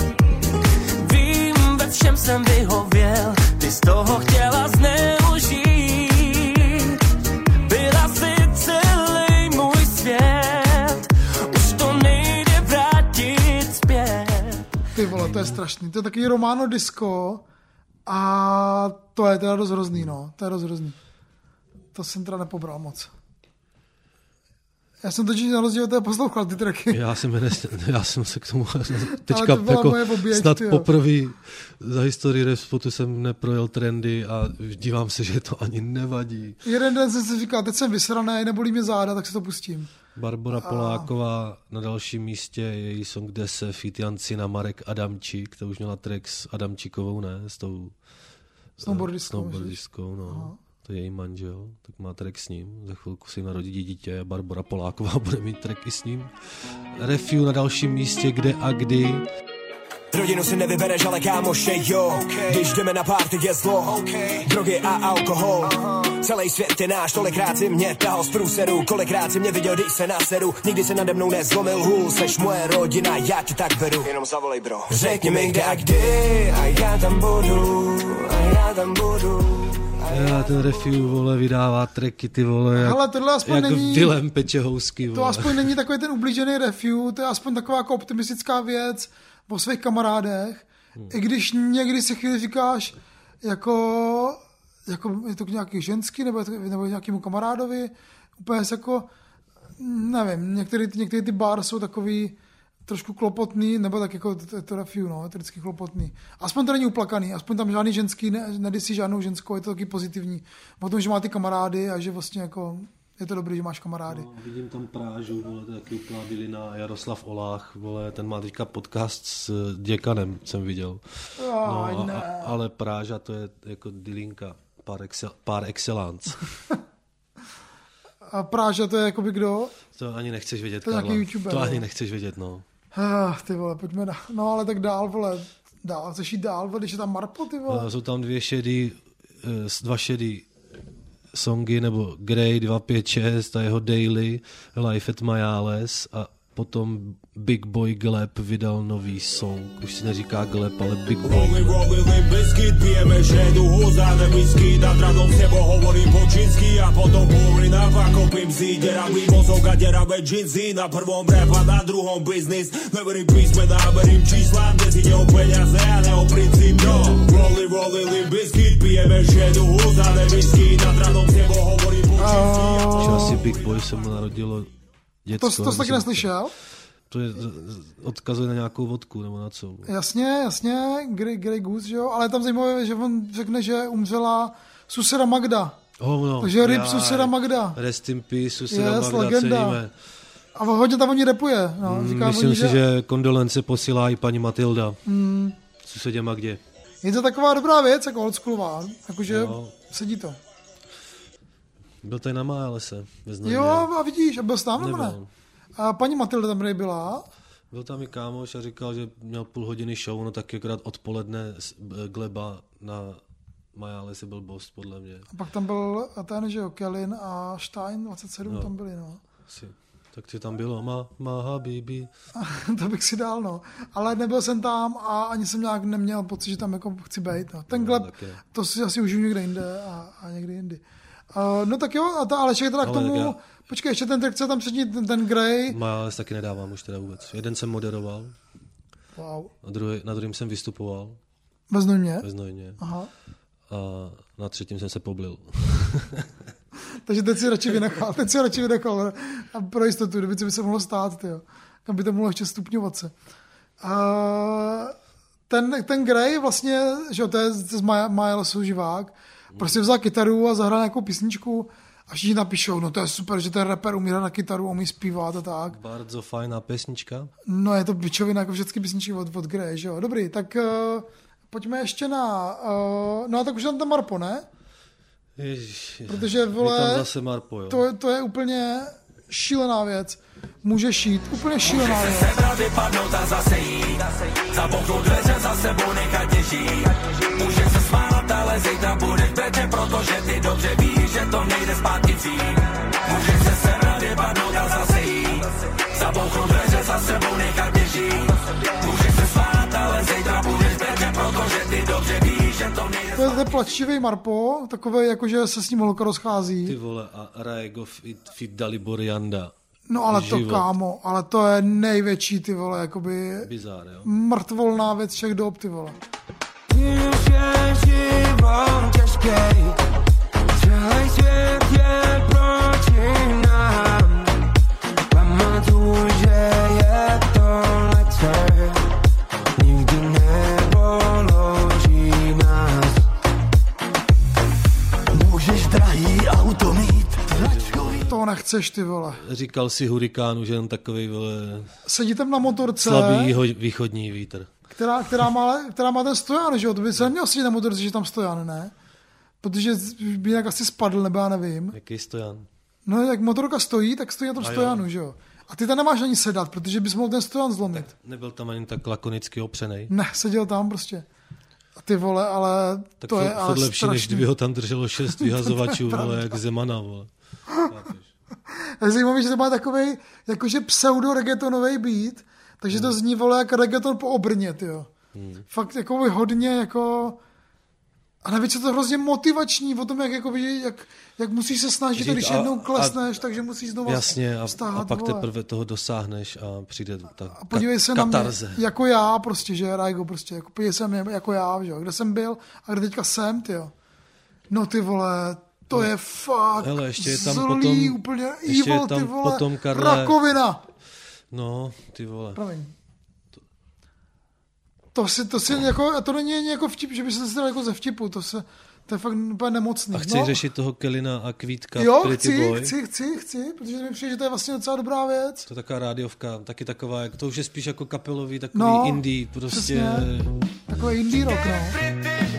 Vím, ve všem jsem vyhověl, ty z toho chtěla zneužít. Byla si celý můj svět, už to nejde vrátit zpět. Ty vole, to je strašný, to je takový Romano disco a to je teda dost hrozný, no, to je dost hrozný. To jsem teda nepobral moc. Já jsem totiž na rozdíl od té poslouchal ty tracky. Já jsem se k tomu teďka jako snad poprvé za historii Respotu jsem neprojel trendy a dívám se, že to ani nevadí. Jeden den jsem si říkal, teď jsem vysranej, nebolí mě záda, tak se to pustím. Barbora Poláková na dalším místě, její song Dese, feat Jancina, Marek Adamčík, to už měla track s Adamčíkovou, ne? S tou snowboardistkou, no. Aha. To je její manžel, tak má track s ním. Za chvilku si narodí dítě a Barbora Poláková bude mít track i s ním. Refiu na dalším místě, Kde a kdy. Rodinu si nevybereš, ale kámoše, jo. Když jdeme na party, je zlo. Drogy a alkohol. Celý svět je náš, tolikrát si mě tahal z průseru. Kolikrát si mě viděl, když se naseru. Nikdy se nade mnou nezlomil hůl. Seš moje rodina, já tě tak beru. Jenom zavolej, bro. Řekni mi, kde a kdy, a já tam budu. Já ten Refiu, vole, vydává tracky, ty vole, jak Vilém Pečehousky, vole. To aspoň není takový ten ublížený Refiu, to je aspoň taková jako optimistická věc o svých kamarádech, i když někdy si chvíli říkáš, jako je to nějaký ženský, nebo nějakému kamarádovi, úplně jako, nevím, některé ty bar jsou takový trošku klopotný, nebo tak jako to Refiu, no, je to vždycky klopotný. Aspoň to není uplakaný, aspoň tam žádný ženský, nedysí žádnou ženskou, je to taky pozitivní. O tom, že má ty kamarády a že vlastně jako je to dobrý, že máš kamarády. No, vidím tam Prážu, vole, to je taky úplná bylina, Jaroslav Olách, vole, ten má teďka podcast s děkanem, jsem viděl. No, ale Práža to je jako dylinka par excellence. A Práža to je jakoby kdo? To ani nechceš vědět, to Karla. YouTuber, to ani nechceš vědět, no. Ty vole, pojďme dál. No ale tak dál, vole. Dál, chceš jít dál, když je tam Marpo, ty vole. Jsou tam dva šedý songy, nebo Grey 256 a jeho Daily, Life at Mayales a potom Big Boy Gleb vydal nový song. Už si neříká Gleb, ale Big Boy. Rolling biscuit, pijeme šedu, húzáme whisky, nad radom sebo hovorím po čínsky a potom pouring up a kopím si deravý mozog a deravé džinsy. Na prvom rap a na druhom business. Neverím písmena, verím číslam, dnes ide o peniaze a ne o princíp, no. Rolling biscuit, pijeme šedu, húzáme whisky, nad radom sebo hovorím po čínsky. Že asi Big Boy se mu narodilo děcko. To jsi taky neslyšel? To je, odkazuje na nějakou vodku, nebo na co? Jasně, Grey Goose, že jo? Ale tam zajímavé, že on řekne, že umřela Suseda Magda. No, takže ryb Suseda Magda. Rest in peace, Suseda Magda, legenda. Ceníme. A hodně tam o ní rapuje. No. Myslím si, že kondolence posílá i paní Matilda. Susedě Magdě. Je to taková dobrá věc, jako oldschoolová. Jakože sedí to. Byl tady na Májalese. Jo, a vidíš, a byl jsi tam, nebo ne? A paní Matilda tam tady byla? Byl tam i kámoš a říkal, že měl půl hodiny show, no tak akorát odpoledne Gleba na Mayálese byl boss, podle mě. A pak tam byl ten, že jo, Kellin a Stein 27 tam byli, no. Tak to tam bylo, má habibi. To bych si dal, no. Ale nebyl jsem tam a ani jsem nějak neměl pocit, že tam jako chci být. No. Ten Gleb, to si asi užiju někde jinde a někde jindy. No tak jo, ale ještě teda k tomu, počkej, ještě ten track, co tam předtím, ten Grey. Mayales taky nedávám už teda vůbec. Jeden jsem moderoval, wow. Na druhým jsem vystupoval. Ve Znojmě? Ve Znojmě. Aha. A na třetím jsem se poblil. Takže teď si radši vynechal a pro jistotu, kdyby by se mohlo stát, tyjo. Kam by to mohlo ještě stupňovat se. Ten Grey vlastně, že to je z Mayalesů živák, prostě vzal kytaru a zahrál nějakou písničku a všichni napíšou, no to je super, že ten rapper umí hrát na kytaru, umí zpívat a tak. Bardzo fajná pesnička. No je to bičovina, jako všechny písničky od Grey, že jo. Dobrý, tak pojďme ještě na, no a tak už tam ten Marpo, ne? Ježiš, protože vole, tam zase Marpo, jo. To je úplně šílená věc. Může šít, úplně šílená věc. Vypadnout a zase jít, zabouknout dveře za sebou nechat těží. Může se smát, ale zítra budeš brečet, protože ty dobře víš, že to nejde zpátky vzít. Může se sebrat, vypadnout a zase jít, zabouknout dveře za sebou nechat těží. Může se smát, ale zítra budeš brečet, protože ty dobře víš, že to nejde zpátky vzít. To je plačivý Marpo, takový jakože se s ním holka rozchází. Ty vole, a Raego fit Dalibor Janda. No ale život. To kámo, ale to je největší, ty vole, jakoby bizár, jo? Mrtvolná věc všech dob, ty vole. Když je život těžkej, celý svět je proti nám. Pamatuj, že je to lepší, nikdy nepoloží nás. Můžeš drahý auto mít, to nechceš, ty vole. Říkal si Hurikánu, že jen takovej, vole... Sedí tam na motorce. Slabý východní vítr. Která má ten stojan, že jo? To by se neměl sedět na motorce, že tam stojan, ne? Protože by jinak asi spadl, nebo já nevím. Jaký stojan? No, jak motorka stojí, tak stojí na tom stojanu, že jo? A ty tam nemáš ani sedat, protože bys mohl ten stojan zlomit. Tak nebyl tam ani tak lakonicky opřenej. Ne, seděl tam prostě. A ty vole, ale tak to je ale lepší, strašný. Než kdyby ho tam drželo 6 vyhazovačů, vole, jak Zemana, vole. Je zajímavé, že to má takovej, jakože pseudo-reggaetonovej beat, takže to zní, vole, jak reggaeton po Obrně, tyjo. Fakt jako hodně, jako... A navíc je to hrozně motivační o tom, jak musíš se snažit, a když jednou klesneš, takže musíš znovu vstáhat, a pak teprve toho dosáhneš a přijde ta a podívej se katarze. Na mě, jako já prostě, že Raigo prostě, jako podívej se na mě, jako já, že kde jsem byl a kde teďka jsem, tyjo. No ty vole, to je fakt hele, ještě je tam zlý, potom, úplně ještě evil, je tam ty vole, potom, Karle, rakovina. No, ty vole. Promiň. To si jako, a to není jako vtip, že by se stalo jako ze vtipu, To je fakt úplně nemocný. A chceš řešit toho Kellina a Kvítka? Jo, Pretty Boy? chci, protože mi přijde, že to je vlastně docela dobrá věc. To je taková rádiovka, taky taková, to už je spíš jako kapelový, takový indie, prostě. Přesně, takový indie rock, no.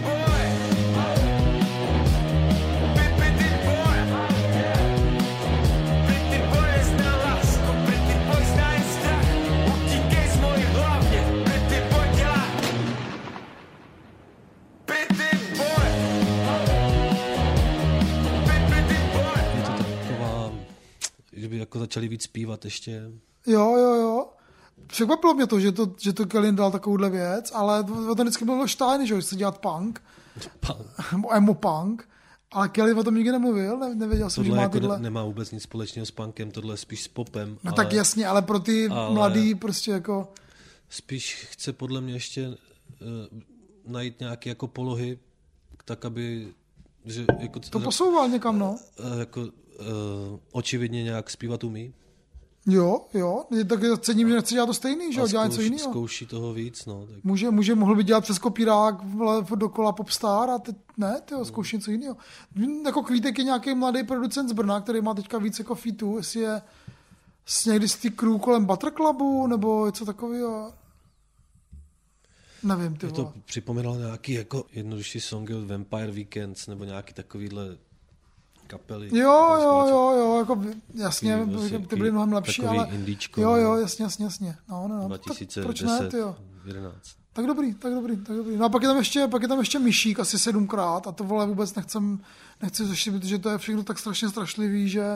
Jako začali víc zpívat ještě. Jo. Překvapilo mě to, že to Kellyn dal takovouhle věc, ale to vždycky bylo štájný, že chce dělat punk. Emo punk. Ale Kelly o tom nikdy nemluvil, nevěděl jsem, tohle že má jako tyhle... nemá vůbec nic společného s punkem, tohle je spíš s popem. No ale, tak jasně, ale pro ty mladý prostě jako... Spíš chce podle mě ještě najít nějaké jako polohy, tak aby... Že jako, to posouval někam, no. Očividně nějak zpívat umí. Jo, tak cením, že nechce dělat to stejný, že jo, dělá něco jiného. Zkouší toho víc, no. Tak. Mohl by dělat přes kopírák dokola Popstar a teď ne, zkouší něco jiného. Jako Kvítek je nějaký mladý producent z Brna, který má teďka víc jako featů, jestli je někdy z ty crew kolem Butter Clubu, nebo něco takového. Nevím, ty vole. To připomínalo nějaký jako jednodušší songy od Vampire Weekends, nebo nějaký takovýhle kapely. Jo, jako jasně, ty byly mnohem lepší, ale indíčko, jo, jasně. No. 2010, proč ne, tyjo? 11. Tak dobrý. No a pak je tam ještě Myšík asi 7krát a to vole vůbec nechci řešit, protože to je všechno tak strašně strašlivý, že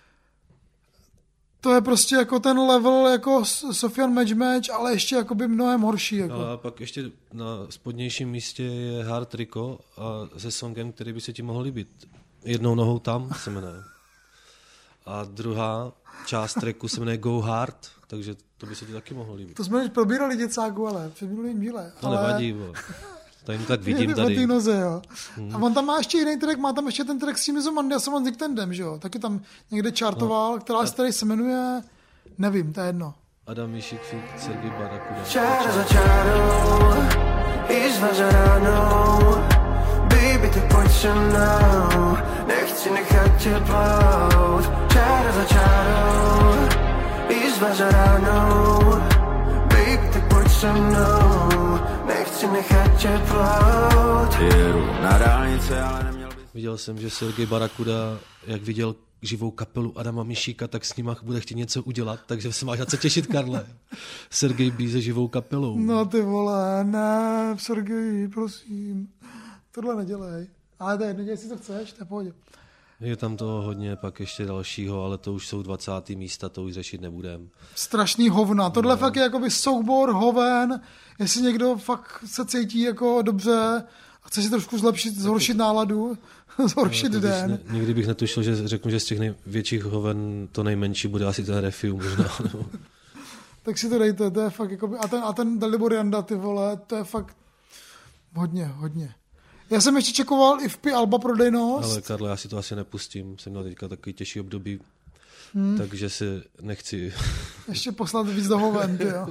to je prostě jako ten level jako Sofian Match, ale ještě jakoby mnohem horší. Jako. A pak ještě na spodnějším místě je Hard Rico a se songem, který by se ti mohl líbit. Jednou nohou tam se jmenuje. A druhá část tracku se jmenuje Go Hard, takže to by se ti taky mohlo líbit. To jsme už probírali děcáku, ale před minulým díle. To nevadí, bo. To jim tak vidím tady. Noze, jo. A on tam má ještě jiný track, má tam ještě ten track s tím Izomandiasem a Ziktendem, že jo? Taky tam někde chartoval, který se jmenuje, nevím, to je jedno. Adam Míšík, Sergej Barakuda. Čára za čárou, výzva za ránou, baby, tak pojď se mnou, nechci nechat tě plout. Čára za čárou, výzva za ránou, baby, tak pojď se mnou, nechci nechat tě plout. Jedu na dálnice, ale neměl by... Viděl jsem, že Sergej Barakuda, jak viděl živou kapelu Adama Mišíka, tak s nima bude chtít něco udělat, takže se máš na co těšit, Karle. Sergej B se živou kapelou. No ty vole, ne, Sergej, prosím. Tohle nedělej. Ale to je jedno, jestli to chceš, to je pohodě. Je tam toho hodně, pak ještě dalšího, ale to už jsou 20. místa, to už řešit nebudem. Strašný hovna. Tohle fakt je jakoby soubor hoven, jestli někdo fakt se cítí jako dobře a chce si trošku zhoršit náladu, zhoršit den. Nikdy bych netušil, že řeknu, že z těch největších hoven to nejmenší bude asi ten Refiu možná. Tak si to dejte, to je fakt jakoby, a ten Dalibor Janda, ty vole, to je fakt hodně. Já jsem ještě čekoval i v Alba prodejnost. Ale Karle, já si to asi nepustím. Jsem měl teďka takový těžší období, takže si nechci... Ještě poslat víc do hoven, jo.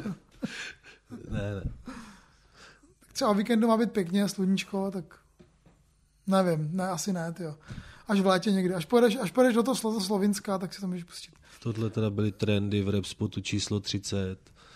Ne. Třeba víkendu má být pěkně, sluníčko, tak nevím, ne, asi ne, tyjo. Až v létě někdy, až pojedeš do toho Slovinska, tak si to můžeš pustit. Tohle teda byly trendy v Rapspotu číslo 30.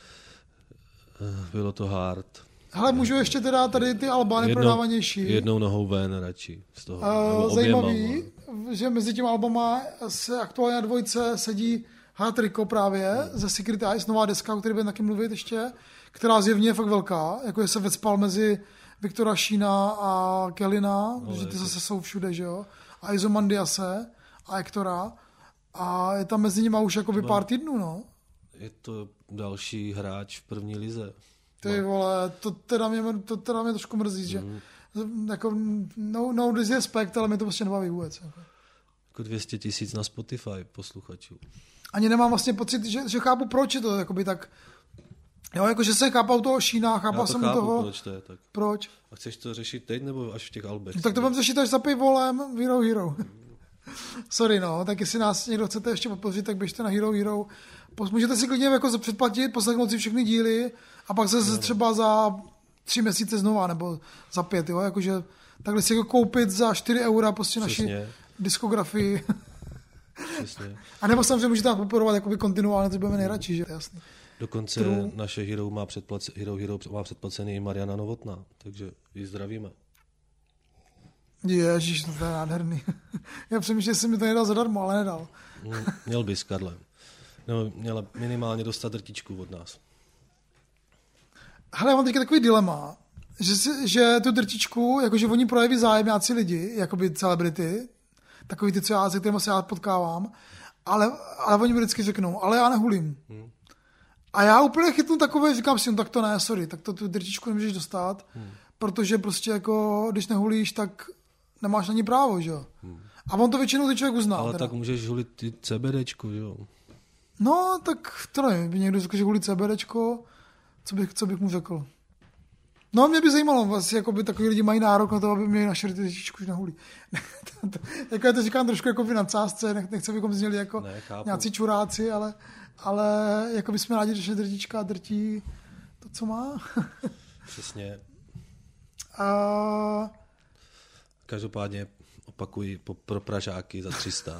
Bylo to hard. Hele, můžu ještě teda tady ty alba neprodávanější. Jednou nohou ven radši z toho. Zajímavý, že mezi těmi albama se aktuálně na dvojce sedí Hard Rico právě ze Secret Eyes, nová deska, o které budeme taky mluvit ještě, která zjevně je fakt velká, jako je se vecpal mezi Viktora Šína a Kellina, že ty zase jsou všude, že jo, a Izomandiase a Hectora a je tam mezi nimi už jakoby pár týdnů, no. Je to další hráč v první lize. Ty vole, to teda mě trošku mrzí, že jako no disrespect, ale mě to prostě nebaví vůbec. Jako 200 000 na Spotify posluchačů. Ani nemám vlastně pocit, že chápu, proč je to jakoby tak. Jo, jakože jsem chápal toho Šína, chápal jsem toho. Proč to je tak. Proč? A chceš to řešit teď, nebo až v těch albech? No, tak to budeme řešit až za pivolem Hero. Sorry, no, tak jestli nás někdo chcete ještě podpořit, tak běžte na Hero. Můžete si klidně jako předplatit, poslechnout si všechny díly a pak se třeba za 3 měsíce znova, nebo za 5, jo, jakože takhle si jako koupit za 4 eura prostě naši diskografii. Přesně. A nebo samozřejmě můžete podporovat jakoby kontinuálně, to budeme nejradši, že? Jasný. Dokonce naše Hero má předplacený Mariana Novotná, takže ji zdravíme. Ježiš, to je nádherný. Já přemýšlím, že jsi mi to nedal zadarmo, ale nedal. Měl bys, Karle. No, měla minimálně dostat drtičku od nás. Hele, já mám teďka takový dilema, že tu drtičku, jakože oni projeví zájem nějací lidi, jakoby celebrity, takový ty, co já, se kterými se já potkávám, ale oni mi vždycky řeknou, ale já nehulím. A já úplně chytnu takové, říkám si, no tak to ne, sorry, tak to tu drtičku nemůžeš dostat, protože prostě jako, když nehulíš, tak nemáš na ní právo, že jo. A on to většinou ty člověk uzná. Ale teda. tak můžeš hulit ty CBDčko, že jo. No, tak to nevím, by někdo řekl, že hulí CBDčko, co bych mu řekl. No, mě by zajímalo, vlastně, jakoby takový lidi mají nárok na to, aby měli naše drtičku, že nehulí. Jako já to říkám trošku jako v nadsázce, nechci, abychom zněli jako nějací čuráci, ale jako bychom rádi, že drtička drtí to, co má. Přesně. Každopádně opakuji pro Pražáky za 300.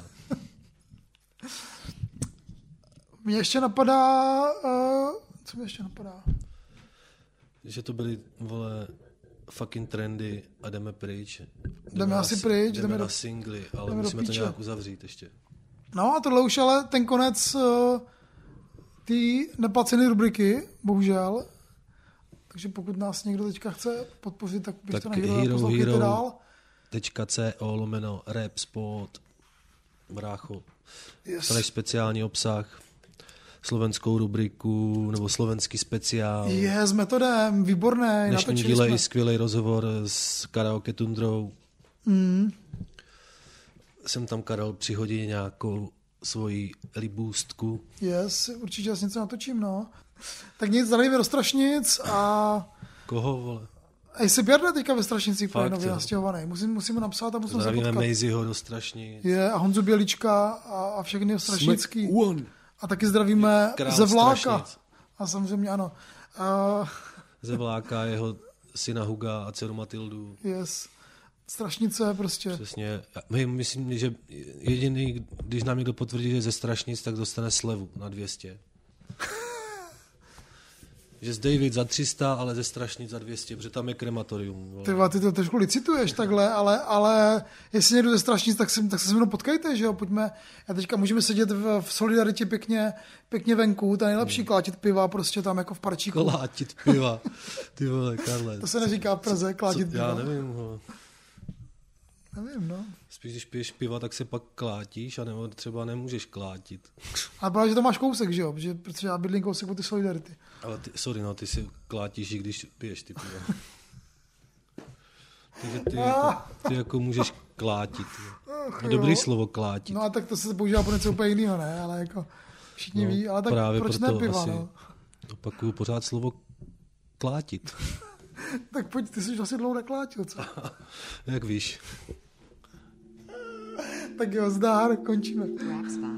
Mně ještě napadá... co mě ještě napadá? Že to byly, vole, fucking trendy a jdeme pryč. Jdeme asi pryč. Jdeme na singly, ale musíme to nějak uzavřít ještě. No a tohle už ale ten konec té neplacené rubriky, bohužel. Takže pokud nás někdo teďka chce podpořit, tak bych to nechtěl poslouchejte dál. .co/rapspot brácho. Staneš speciální obsah, slovenskou rubriku nebo slovenský speciál. S Metodem, výborný. Dnešní díle i skvělý rozhovor s Karaoke Tundrou. Jsem tam, Karel, přihodí nějakou svoji libůstku. Určitě já něco natočím, no. Tak nic, zdravíme do Strašnic a... Koho, vole? Jsi Bjarda teďka ve Strašnicích, protože je nově nastěhovaný. Musím mu napsat a musím se potkat. Zdravíme Mejziho do Strašnic. A Honzu Bělička a všechny strašnický. A taky zdravíme Zevláka. A samozřejmě ano. Zevláka, jeho syna Huga a dceru Matildu. Strašnice prostě. Přesně. Myslím, že jediný, když nám někdo potvrdí, že je ze Strašnic, tak dostane slevu na 200. Že z David za 300, ale ze Strašnic za 200, protože tam je krematorium. Ty to trošku licituješ takhle, ale jestli někdo ze Strašnic, tak se se mnou potkejte, že jo, pojďme. A teďka můžeme sedět v Solidaritě pěkně venku, to je nejlepší, klátit piva prostě tam jako v parčíku. Klátit piva, ty vole, Karle. To se neříká v Praze, klátit piva. Já nevím, Nevím, no. Spíš, když piješ piva, tak se pak klátíš, a nebo třeba nemůžeš klátit. Ale právě, že to máš kousek, že jo? Protože já bydlím kousek od ty Solidarity. Ale ty si klátíš, i když piješ ty piva. Takže ty jako můžeš klátit. Dobrý slovo klátit. No a tak to se používá pro něco úplně jiného, ne? Ale jako všichni ví, ale tak proč ne piva, no? Opakuju pořád slovo klátit. Tak pojď, ty jsi asi dlouho neklátil, co? Jak víš. Tak jo, zdár, končíme.